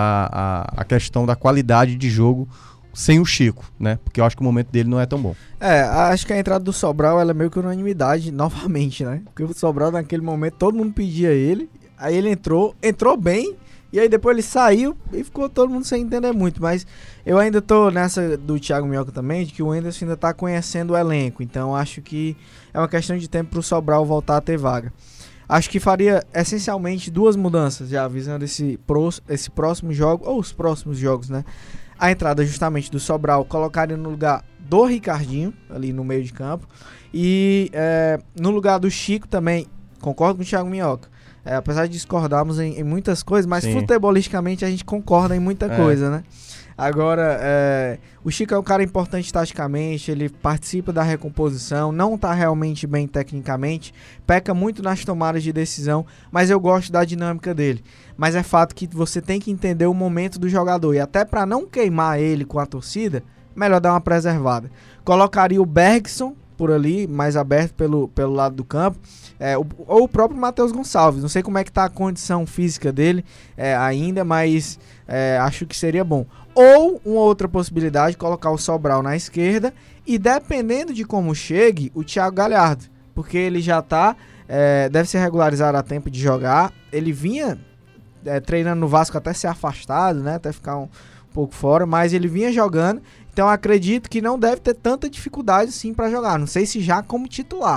a questão da qualidade de jogo sem o Chico, né? Porque eu acho que o momento dele não é tão bom. Acho que a entrada do Sobral ela é meio que unanimidade novamente, né? Porque o Sobral naquele momento todo mundo pedia ele, aí ele entrou bem, e aí depois ele saiu e ficou todo mundo sem entender muito. Mas eu ainda tô nessa do Thiago Minhoca também, de que o Anderson ainda tá conhecendo o elenco, então acho que é uma questão de tempo pro Sobral voltar a ter vaga. Acho que faria essencialmente 2 mudanças, já avisando esse próximo jogo, ou os próximos jogos, né? A entrada justamente do Sobral, colocaria no lugar do Ricardinho, ali no meio de campo. E no lugar do Chico também, concordo com o Thiago Minhoca. Apesar de discordarmos em muitas coisas, mas Sim. Futebolisticamente a gente concorda em muita coisa, né? Agora, o Chico é um cara importante taticamente, ele participa da recomposição, não tá realmente bem tecnicamente, peca muito nas tomadas de decisão, mas eu gosto da dinâmica dele. Mas é fato que você tem que entender o momento do jogador, e até para não queimar ele com a torcida, melhor dar uma preservada. Colocaria o Bergson por ali, mais aberto pelo lado do campo, ou o próprio Matheus Gonçalves. Não sei como é que tá a condição física dele ainda, mas acho que seria bom. Ou uma outra possibilidade, colocar o Sobral na esquerda e, dependendo de como chegue, o Thiago Galhardo, porque ele já tá, deve ser regularizado a tempo de jogar. Ele vinha treinando no Vasco até ser afastado, né, até ficar um pouco fora, mas ele vinha jogando, então acredito que não deve ter tanta dificuldade sim para jogar, não sei se já como titular,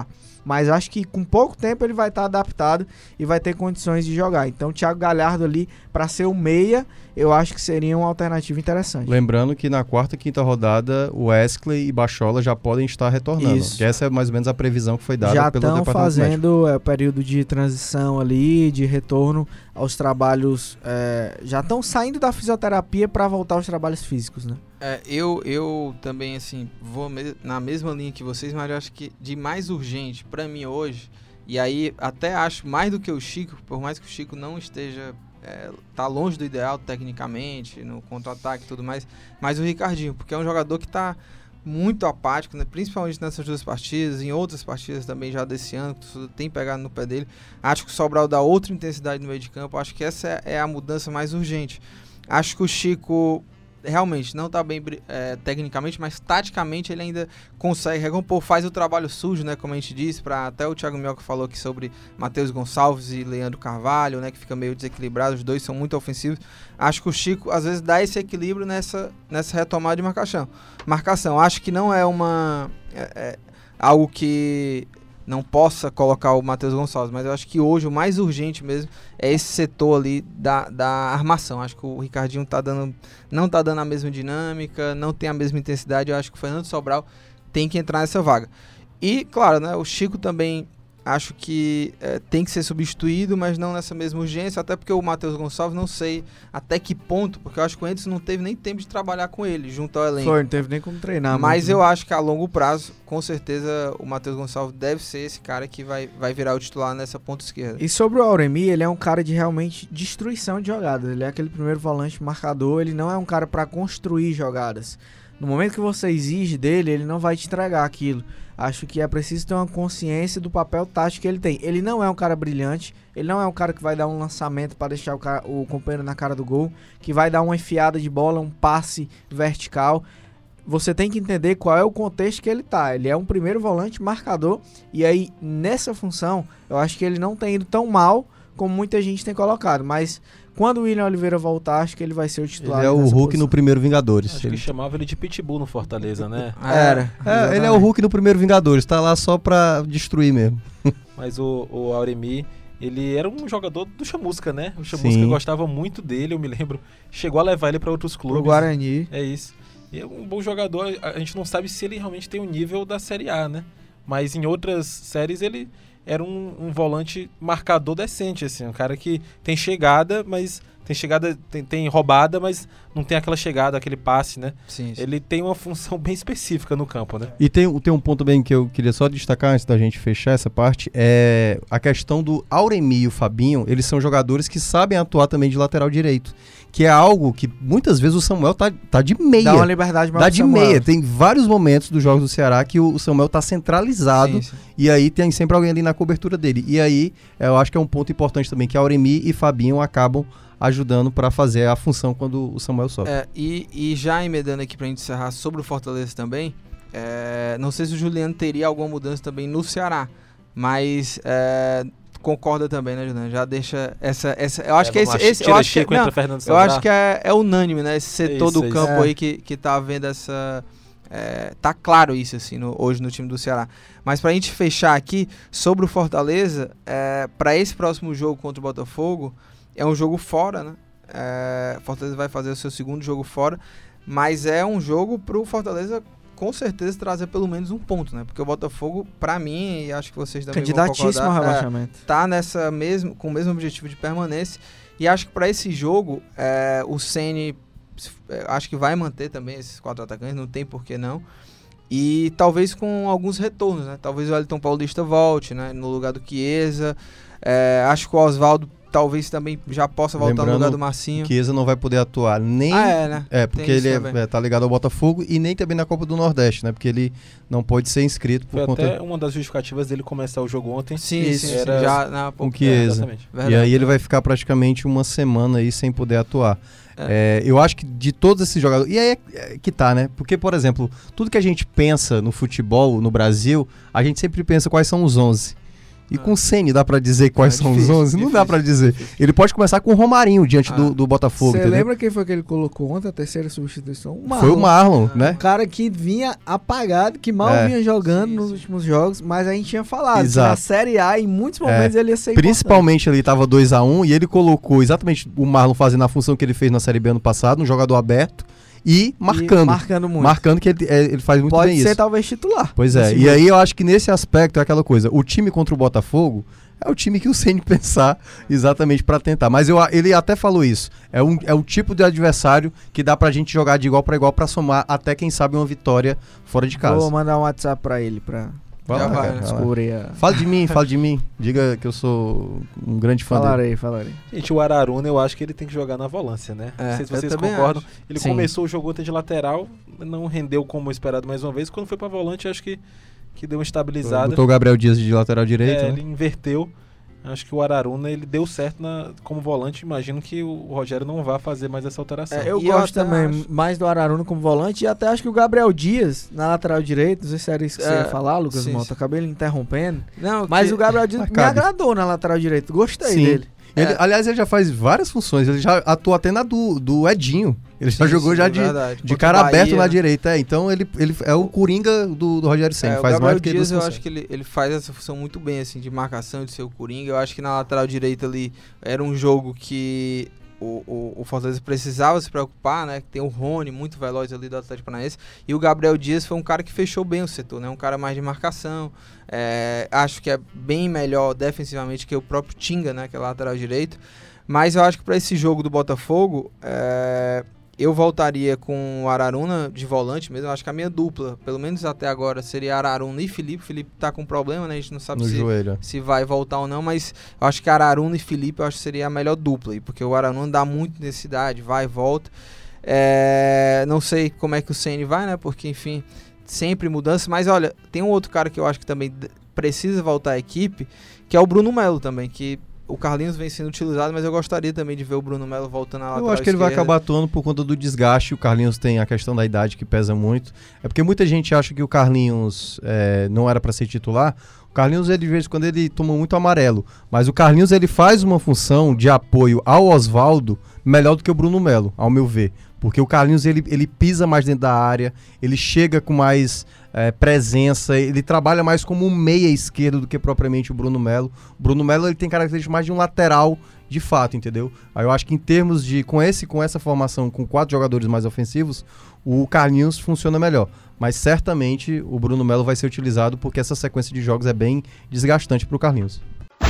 mas acho que com pouco tempo ele vai estar adaptado e vai ter condições de jogar. Então o Thiago Galhardo ali, para ser o meia, eu acho que seria uma alternativa interessante. Lembrando que na quarta e quinta rodada, o Wesley e Bachola já podem estar retornando. Isso. Que essa é mais ou menos a previsão que foi dada Já pelo estão Departamento Médico. fazendo o período de transição ali, de retorno aos trabalhos, já estão saindo da fisioterapia para voltar aos trabalhos físicos, né? Eu também, assim, vou na mesma linha que vocês, mas eu acho que de mais urgente pra mim hoje, e aí até acho mais do que o Chico, por mais que o Chico não esteja, tá longe do ideal tecnicamente, no contra-ataque e tudo mais, mas o Ricardinho, porque é um jogador que tá muito apático, né? Principalmente nessas duas partidas, em outras partidas também já desse ano, que tudo tem pegado no pé dele. Acho que o Sobral dá outra intensidade no meio de campo, acho que essa é a mudança mais urgente. Acho que o Chico realmente não tá bem tecnicamente, mas taticamente ele ainda consegue recompor, faz o trabalho sujo, né, como a gente disse, até o Thiago Mioca falou aqui sobre Matheus Gonçalves e Leandro Carvalho, né, que fica meio desequilibrado, os dois são muito ofensivos. Acho que o Chico às vezes dá esse equilíbrio nessa retomada de marcação. Acho que não é algo que não possa colocar o Matheus Gonçalves, mas eu acho que hoje o mais urgente mesmo é esse setor ali da armação. Acho que o Ricardinho não tá dando a mesma dinâmica, não tem a mesma intensidade. Eu acho que o Fernando Sobral tem que entrar nessa vaga. E, claro, né, o Chico também acho que tem que ser substituído, mas não nessa mesma urgência, até porque o Matheus Gonçalves, não sei até que ponto, porque eu acho que o Anderson não teve nem tempo de trabalhar com ele, junto ao elenco. Não teve nem como treinar. Mas eu acho que a longo prazo, com certeza, o Matheus Gonçalves deve ser esse cara que vai virar o titular nessa ponta esquerda. E sobre o Auremi, ele é um cara de realmente destruição de jogadas. Ele é aquele primeiro volante marcador, ele não é um cara para construir jogadas. No momento que você exige dele, ele não vai te entregar aquilo. Acho que é preciso ter uma consciência do papel tático que ele tem. Ele não é um cara brilhante, ele não é um cara que vai dar um lançamento para deixar o companheiro na cara do gol, que vai dar uma enfiada de bola, um passe vertical. Você tem que entender qual é o contexto que ele tá. Ele é um primeiro volante marcador, e aí nessa função eu acho que ele não tem ido tão mal como muita gente tem colocado, mas quando o William Oliveira voltar, acho que ele vai ser o titular. Ele é o Hulk posição. no primeiro Vingadores. Acho que chamava ele de Pitbull no Fortaleza, né? Ele é o Hulk no primeiro Vingadores, tá lá só pra destruir mesmo. Mas o Auremi, ele era um jogador do Chamusca, né? O Chamusca gostava muito dele, eu me lembro. Chegou a levar ele pra outros clubes. O Guarani. É isso. E é um bom jogador, a gente não sabe se ele realmente tem o nível da Série A, né? Mas em outras séries ele era um volante marcador decente, assim, um cara que tem chegada, mas tem roubada, mas não tem aquela chegada, aquele passe, né? Sim. Ele tem uma função bem específica no campo, né? E tem um ponto bem que eu queria só destacar antes da gente fechar essa parte, é a questão do Auremi e o Fabinho. Eles são jogadores que sabem atuar também de lateral direito, que é algo que muitas vezes o Samuel tá de meia. Dá uma liberdade maior. Dá de meia. Tem vários momentos dos jogos do Ceará que o Samuel tá centralizado, sim. E aí tem sempre alguém ali na cobertura dele. E aí eu acho que é um ponto importante também, que Auremi e Fabinho acabam ajudando para fazer a função quando o Samuel sobe. E já emendando aqui pra gente encerrar sobre o Fortaleza também, não sei se o Juliano teria alguma mudança também no Ceará, mas concorda também, né, Juliano? Já deixa essa eu acho que esse eu acho que eu acho que é unânime, né, esse setor do campo aí que tá vendo essa tá claro isso assim hoje no time do Ceará. Mas pra gente fechar aqui sobre o Fortaleza, para esse próximo jogo contra o Botafogo, é um jogo fora, né? Fortaleza vai fazer o seu segundo jogo fora, mas é um jogo pro Fortaleza com certeza trazer pelo menos um ponto, né? Porque o Botafogo, pra mim, e acho que vocês também vão concordar, candidatíssimo ao rebaixamento. Tá com o mesmo objetivo de permanência, e acho que pra esse jogo, o Ceni acho que vai manter também esses 4 atacantes, não tem por que não. E talvez com alguns retornos, né? Talvez o Wellington Paulista volte, né? No lugar do Chiesa. Acho que o Oswaldo talvez também já possa voltar no lugar do Marcinho. O Chiesa não vai poder atuar nem... né? Porque ele tá ligado ao Botafogo e nem também na Copa do Nordeste, né? Porque ele não pode ser inscrito por conta... Foi até uma das justificativas dele começar o jogo ontem. Sim, era já na com o Chiesa. E aí ele vai ficar praticamente uma semana aí sem poder atuar. Eu acho que de todos esses jogadores... E aí que tá, né? Porque, por exemplo, tudo que a gente pensa no futebol no Brasil, a gente sempre pensa quais são os 11. E com o Ceni dá pra dizer quais são os difícil, 11? Não dá pra dizer. Ele pode começar com o Romarinho diante do Botafogo, Você entendeu? lembra quem foi que ele colocou ontem, a terceira substituição? O Marlon. Foi o Marlon, Um né? cara que vinha apagado, que mal vinha jogando nos últimos jogos, mas a gente tinha falado que Exato. na Série A, em muitos momentos, ele ia ser Principalmente ali tava 2-1 e ele colocou exatamente o Marlon fazendo a função que ele fez na Série B ano passado, um jogador aberto e marcando. E marcando muito. Marcando que ele faz muito Pode bem ser isso. talvez titular. Pois é, nesse e jogo. aí eu acho que nesse aspecto é aquela coisa, o time contra o Botafogo é o time que o Ceni pensar exatamente pra tentar, mas ele até falou isso, é um tipo de adversário que dá pra gente jogar de igual pra igual pra somar até quem sabe uma vitória fora de casa. Vou mandar um WhatsApp pra ele, pra Vai lá, Já vai, cara, né? vai lá. descobrir a... Fala de mim, diga que eu sou um grande fã dele. Falarei. Gente, o Araruna eu acho que ele tem que jogar na volância, né? É, Não sei se eu vocês também concordam. acho. Ele Sim. começou o jogo ontem de lateral, não rendeu como esperado mais uma vez. Quando foi pra volante, acho que deu uma estabilizada. Botou o Gabriel Dias de lateral direito, né? Ele inverteu. Acho que o Araruna ele deu certo como volante. Imagino que o Rogério não vá fazer mais essa alteração. Eu E eu gosto até também acho- mais do Araruna como volante e até acho que o Gabriel Dias na lateral direita, não sei se era isso que você ia falar, Lucas sim, Mota, sim. acabei ele interrompendo, Não, mas que- o Gabriel Dias Mas me cabe. agradou na lateral direita, gostei Sim. dele. Aliás, ele já faz várias funções, ele já atuou até na do Edinho. Ele já Sim, jogou sim, já é de verdade. de Contra cara o Bahia, aberto na né? direita. Então ele é o Coringa do Rogério Ceni, o faz Gabriel mais do que Dias, duas eu funções. acho que ele faz essa função muito bem, assim, de marcação, de ser o Coringa. Eu acho que na lateral direita ali era um jogo que o Fortaleza precisava se preocupar, né? Tem o Rony, muito veloz ali do Atlético Paranaense. E o Gabriel Dias foi um cara que fechou bem o setor, né? Um cara mais de marcação. Acho que é bem melhor defensivamente que o próprio Tinga, né? Que é lateral direito. Mas eu acho que para esse jogo do Botafogo, eu voltaria com o Araruna de volante mesmo. Eu acho que a minha dupla, pelo menos até agora, seria Araruna e Felipe. Felipe tá com problema, né? A gente não sabe No joelho. se vai voltar ou não, mas eu acho que Araruna e Felipe eu acho que seria a melhor dupla aí, porque o Araruna dá muita necessidade, vai e volta. Não sei como é que o Ceni vai, né? Porque, enfim, sempre mudança. Mas olha, tem um outro cara que eu acho que também precisa voltar à equipe, que é o Bruno Melo também, que o Carlinhos vem sendo utilizado, mas eu gostaria também de ver o Bruno Melo voltando à lateral Eu acho que ele vai esquerda. acabar atuando por conta do desgaste. O Carlinhos tem a questão da idade que pesa muito. É porque muita gente acha que o Carlinhos não era para ser titular. O Carlinhos, ele, de vez em quando, ele toma muito amarelo. Mas o Carlinhos, ele faz uma função de apoio ao Osvaldo melhor do que o Bruno Melo, ao meu ver. Porque o Carlinhos, ele pisa mais dentro da área, ele chega com mais presença, ele trabalha mais como um meia esquerdo do que propriamente o Bruno Melo. O Bruno Melo, ele tem características mais de um lateral de fato, entendeu? Aí eu acho que em termos de, com essa formação, com 4 jogadores mais ofensivos, o Carlinhos funciona melhor. Mas certamente o Bruno Melo vai ser utilizado porque essa sequência de jogos é bem desgastante para o Carlinhos.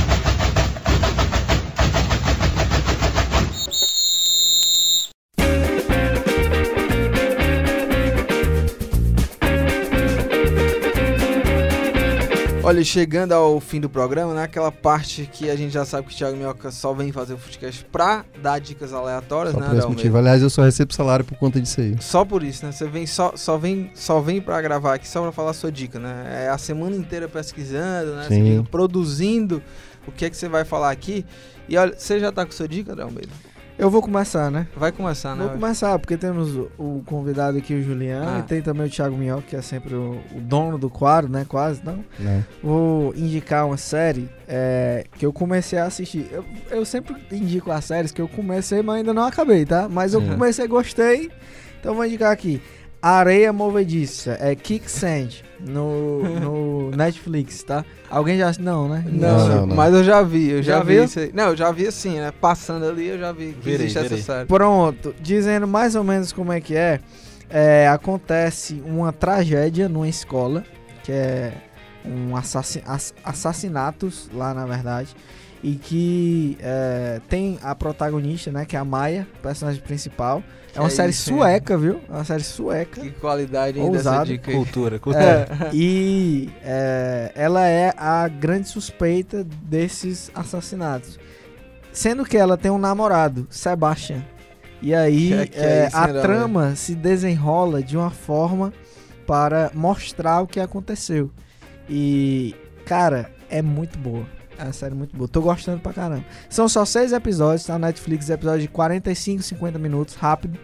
Olha, chegando ao fim do programa, né? Aquela parte que a gente já sabe que o Thiago Minhoca só vem fazer o podcast pra dar dicas aleatórias, Só né, por esse Almeida? motivo. Aliás, eu só recebo salário por conta disso aí. Só por isso, né? Você vem só vem pra gravar aqui só pra falar a sua dica, né? É a semana inteira pesquisando, né? Sim. Você fica produzindo o que é que você vai falar aqui. E olha, você já tá com sua dica, André Almeida? Eu vou começar, né? Vai começar, né? Vou começar, porque temos o convidado aqui, o Juliano, Ah. e tem também o Thiago Minhoca, que é sempre o dono do quadro, né? Quase, não? Né? Vou indicar uma série que eu comecei a assistir. Eu sempre indico as séries que eu comecei, mas ainda não acabei, tá? Mas eu Sim. comecei, gostei, então vou indicar aqui. Areia Movediça, Quicksand, no Netflix, tá? Alguém já... Não, né? Não. Mas eu já vi, Já vi viu? isso aí. Não, eu já vi assim, né? Passando ali, eu já vi que Virei. existe essa série. Pronto, dizendo mais ou menos como é que acontece uma tragédia numa escola, que é um assassinatos lá, na verdade, e que tem a protagonista, né, que é a Maia, personagem principal. É uma É série isso, hein? sueca, viu? É uma série sueca. Que qualidade ainda dessa Ousado. dica aí. Cultura. E ela é a grande suspeita desses assassinatos. Sendo que ela tem um namorado, Sebastian. E aí Que é isso, a né, trama se desenrola de uma forma para mostrar o que aconteceu. E, cara, é muito boa. É uma série muito boa. Tô gostando pra caramba. São só 6 episódios, tá na Netflix, episódio de 45, 50 minutos, rápido.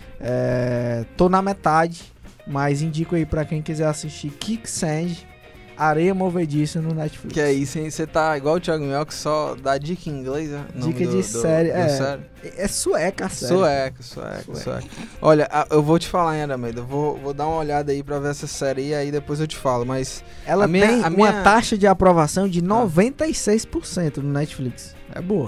Tô na metade, mas indico aí pra quem quiser assistir Quicksand. Areia Movediça no Netflix. Que é isso, hein? Você tá igual o Thiago Mel, que só dá dica em inglês, né? Dica de série. É sueca a série. Sueca. Olha, eu vou te falar, hein, Arameida. Vou dar uma olhada aí pra ver essa série e aí depois eu te falo, mas... Ela tem uma taxa de aprovação de 96% no Netflix. É boa.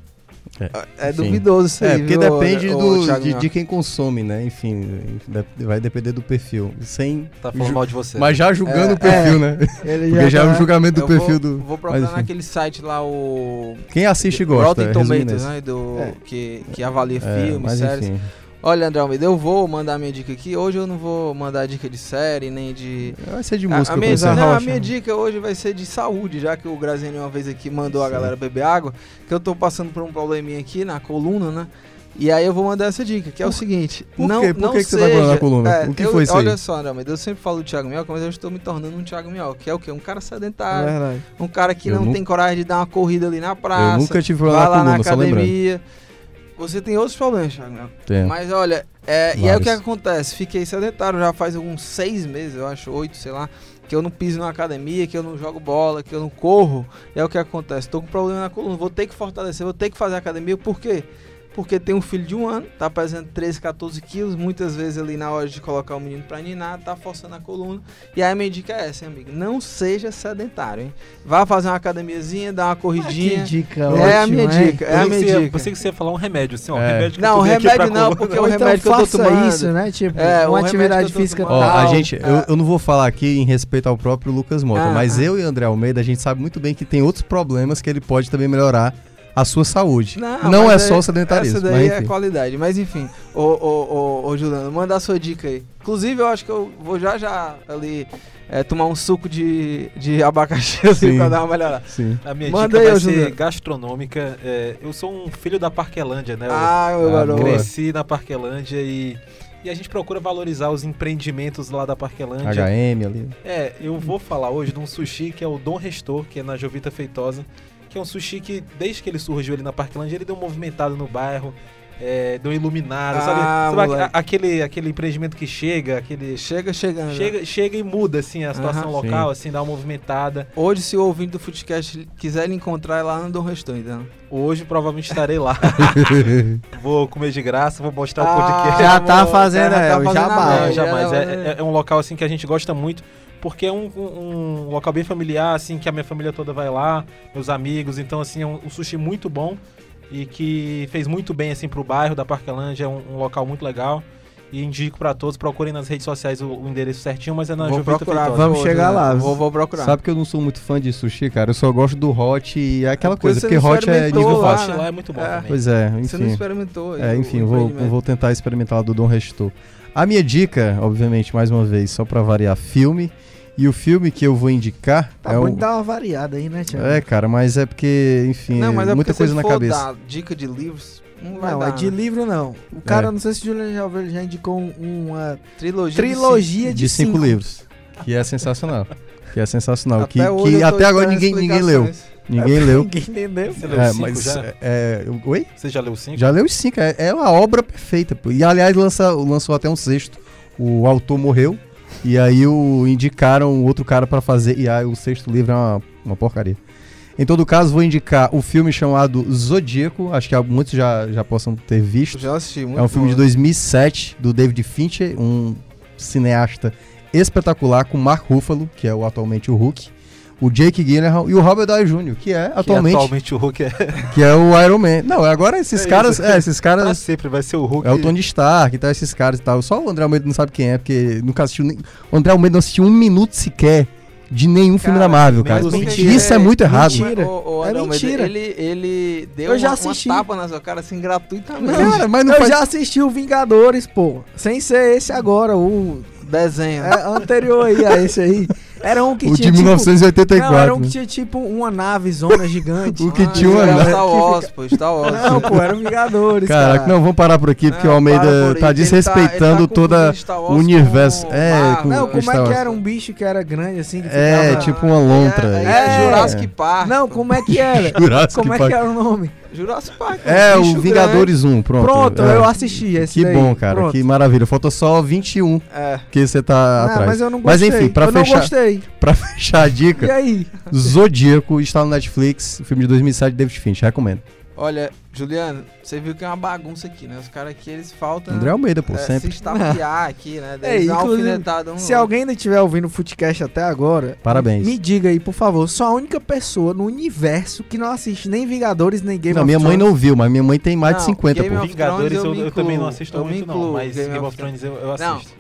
É duvidoso isso aí, porque viu, depende de quem consome, né? Enfim, vai depender do perfil. Tá falando mal de você. Mas já julgando o perfil, né? Porque já é um julgamento do perfil do... Vou procurar naquele site lá, o... Quem assiste gosta. Rotten Tomatoes, né? Que avalia filmes, séries. Enfim. Olha, André Almeida, eu vou mandar minha dica aqui. Hoje eu não vou mandar dica de série, nem de... Vai ser de música. A minha dica hoje vai ser de saúde, já que o Graziani uma vez aqui mandou a galera beber água, que eu tô passando por um probleminha aqui na coluna, né? E aí eu vou mandar essa dica, que é o seguinte... Por que você tá falando na coluna? O que foi isso aí? Olha só, André Almeida, eu sempre falo do Thiago Minhoca, mas eu estou me tornando um Thiago Minhoca, que é o quê? Um cara sedentário, verdade. Um cara que não tem coragem de dar uma corrida ali na praça, eu nunca tive problema vai lá na na coluna, academia... Você tem outros problemas, Thiago. Tem. Mas olha, e aí o que acontece? Fiquei sedentário já faz uns 6 meses, eu acho, 8, sei lá, que eu não piso na academia, que eu não jogo bola, que eu não corro. E aí o que acontece? Tô com problema na coluna, vou ter que fortalecer, vou ter que fazer academia, por quê? Porque tem um filho de 1 ano, tá pesando 13, 14 quilos, muitas vezes ali na hora de colocar o menino pra ninar, tá forçando a coluna. E aí a minha dica é essa, hein, amigo? Não seja sedentário, hein? Vá fazer uma academiazinha, dar uma corridinha. Que dica, a minha dica, é a minha dica. Pensei que você ia falar um remédio, assim, ó. Remédio que não, remédio não, porque o remédio que eu tô tomando... isso, né? Tipo, uma atividade física tal. A gente, eu não vou falar aqui em respeito ao próprio Lucas Mota, mas eu e André Almeida, a gente sabe muito bem que tem outros problemas que ele pode também melhorar a sua saúde. Não é só o sedentarismo. Essa daí é qualidade. Mas enfim, ô Juliano, manda a sua dica aí. Inclusive, eu acho que eu vou já ali tomar um suco de abacaxi assim, pra dar uma melhorada. Sim. A minha dica vai ser gastronômica. Eu sou um filho da Parquelândia, né? Meu garoto. Cresci na Parquelândia e a gente procura valorizar os empreendimentos lá da Parquelândia. HM ali. Eu vou falar hoje de um sushi que é o Dom Restor, que é na Jovita Feitosa. Que é um sushi que, desde que ele surgiu ali na Parquelândia, ele deu um movimentado no bairro, deu iluminado, sabe aquele empreendimento que chega e muda, assim, a situação local, assim, dá uma movimentada. Hoje, se o ouvinte do Footcast quiser lhe encontrar, é lá no Dom Restor, então. Hoje, provavelmente, estarei lá. Vou comer de graça, vou mostrar o podcast. Já tá fazendo, jamais. É um local, assim, que a gente gosta muito. Porque é um local bem familiar, assim, que a minha família toda vai lá, meus amigos. Então, assim, é um sushi muito bom e que fez muito bem, assim, pro bairro da Parquelândia. É um local muito legal. E indico pra todos, procurem nas redes sociais o endereço certinho, mas é na Jovita Feitosa. Vamos chegar lá. Vou procurar. Sabe que eu não sou muito fã de sushi, cara? Eu só gosto do hot e aquela coisa, porque hot é nível fácil. Hot lá é muito bom também. Pois é, enfim. Você não experimentou. Enfim, vou tentar experimentar lá do Dom Restor. A minha dica, obviamente, mais uma vez, só pra variar, filme. E o filme que eu vou indicar tá bom de dar uma variada aí, né, Thiago? Cara, mas é porque, enfim, muita coisa na cabeça. Dar dica de livros, não, de livro não. O cara, não sei se o Juliano já indicou uma trilogia de 5 livros. Que é sensacional. Até agora ninguém leu. Ninguém leu. Ninguém entendeu. Você leu 5 já? Oi? Você já leu 5? Já leu os 5. É uma obra perfeita. E, aliás, lançou até um 6º. O autor morreu. E aí indicaram outro cara pra fazer. E aí o 6º livro é uma porcaria. Em todo caso, vou indicar o filme chamado Zodíaco. Acho que muitos já possam ter visto. Já assisti, muito É um filme de 2007, do David Fincher, um cineasta espetacular, com Mark Ruffalo, que é atualmente o Hulk, o Jake Gyllenhaal e o Robert Downey Jr., que é atualmente o Hulk que é o Iron Man. Não, agora esses caras... sempre vai ser o Hulk. É o Tony Stark e tal, esses caras e tal. Só o André Almeida não sabe quem é, porque nunca assistiu... O André Almeida não assistiu 1 minuto sequer de nenhum filme da Marvel, cara. Isso é muito errado. Mentira. É mentira. Ele deu uma tapa na sua cara, assim, gratuitamente. Cara, mas não já assisti o Vingadores, pô. Sem ser esse agora, o desenho. Anterior aí a esse aí. Era um que tinha. O de 1984. Não, era um que tinha tipo uma nave zona gigante. O que tinha uma nave. Star Wars. Não, pô, era Vingadores. Caraca, não, vamos parar por aqui, porque o Almeida tá desrespeitando todo o universo. Não, como é que era um bicho que era grande assim? Que tipo uma lontra. Jurassic Park. Não, como é que era? Como é que era o nome? Jurassic Park. É, bicho o Vingadores 1, pronto. Pronto, É. eu assisti esse Que daí. bom, cara, Pronto. que maravilha. Faltou só 21 É. que você tá atrás. Mas eu não Mas gostei. enfim, pra eu fechar- não gostei. Pra fechar a E dica, aí? Zodíaco está no Netflix, o filme de 2007 de David Fincher, recomendo. Olha, Juliano, você viu que é uma bagunça aqui, né? Os caras aqui, eles faltam André Almeida, pô, se sempre. estapear aqui, né? É, Eles dão uma inclusive, alfinetada um no Se outro. alguém ainda estiver ouvindo o Footcast até agora, Parabéns. me diga aí, por favor, sou a única pessoa no universo que não assiste nem Vingadores, nem Game Não, of minha mãe Thrones. não viu, mas minha mãe tem mais de Não, 50, Game pô. of Vingadores Thrones eu me também não incluo. assisto Eu me muito, não. incluo, Mas Game Game of of Thrones eu Não, assisto.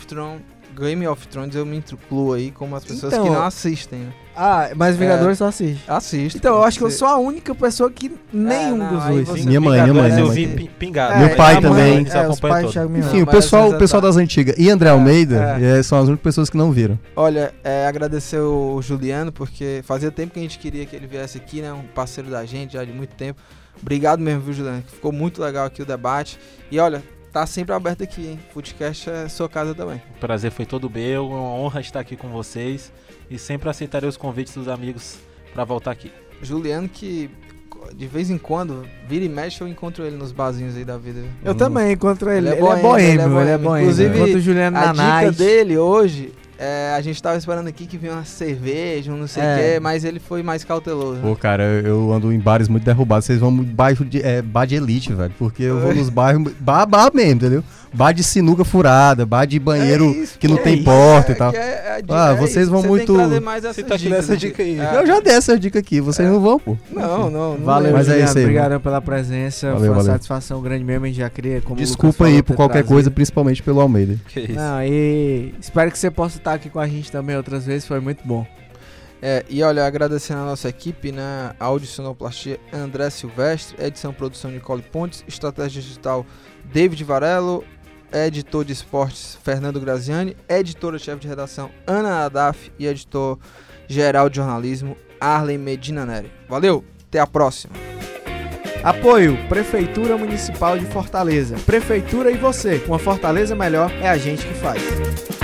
Game of Thrones eu me incluo aí como as pessoas Então, que não assistem, né? Ah, mas Vingadores só assiste. Assisto. Então, eu acho que eu Você- sou a única pessoa que nenhum não, dos aí dois. você- Minha mãe Vingadores eu minha vi mãe. pingado. Meu pai A mãe, também. eles os acompanham pais todo. Thiago Minhoca. Enfim, Não, o mas pessoal, você o pessoal tá- das antigas e André Almeida são as únicas pessoas que não viram. Olha, agradecer o Juliano, porque fazia tempo que a gente queria que ele viesse aqui, né? Um parceiro da gente já de muito tempo. Obrigado mesmo, viu, Juliano? Ficou muito legal aqui o debate. E olha, tá sempre aberto aqui, hein? Footcast é sua casa também. O prazer foi todo meu, uma honra estar aqui com vocês e sempre aceitarei os convites dos amigos para voltar aqui. Juliano que de vez em quando, vira e mexe, eu encontro ele nos barzinhos aí da vida. Viu? Eu também encontro ele. Ele é Ele é boêmio, ele é boêmio. Inclusive, Enquanto o Juliano A na dica night. dele hoje, a gente tava esperando aqui que vinha uma cerveja, um não sei o É. quê, mas ele foi mais cauteloso. Pô, cara, eu ando em bares muito derrubados. Vocês vão muito bairro de, bar de elite, velho. Porque eu vou nos bairros. Bar mesmo, entendeu? Bar de sinuca furada, bar de banheiro que não tem porta e tal. Vocês vão muito- Tem que trazer mais Você essas tá aqui dicas nessa aqui. dica aí. É. Eu já dei essa dica aqui, vocês não vão, pô. Não Valeu, Mas é Juliano. isso aí, Obrigadão pela presença. Valeu, foi uma valeu. satisfação grande mesmo. A gente já queria, como o Lucas Desculpa falou, aí por ter qualquer trazido. coisa, principalmente pelo Almeida. Que isso. Não, e espero que você possa estar aqui com a gente também outras vezes. Foi muito bom. E olha, agradecendo a nossa equipe, né? Áudio e sonoplastia André Silvestre, edição e produção Nicole Pontes, estratégia digital David Varelo, editor de esportes Fernando Graziani, editora-chefe de redação Ana Adaf e editor-geral de jornalismo Arlen Medina Neri. Valeu, até a próxima. Apoio Prefeitura Municipal de Fortaleza. Prefeitura e você. Uma Fortaleza melhor é a gente que faz.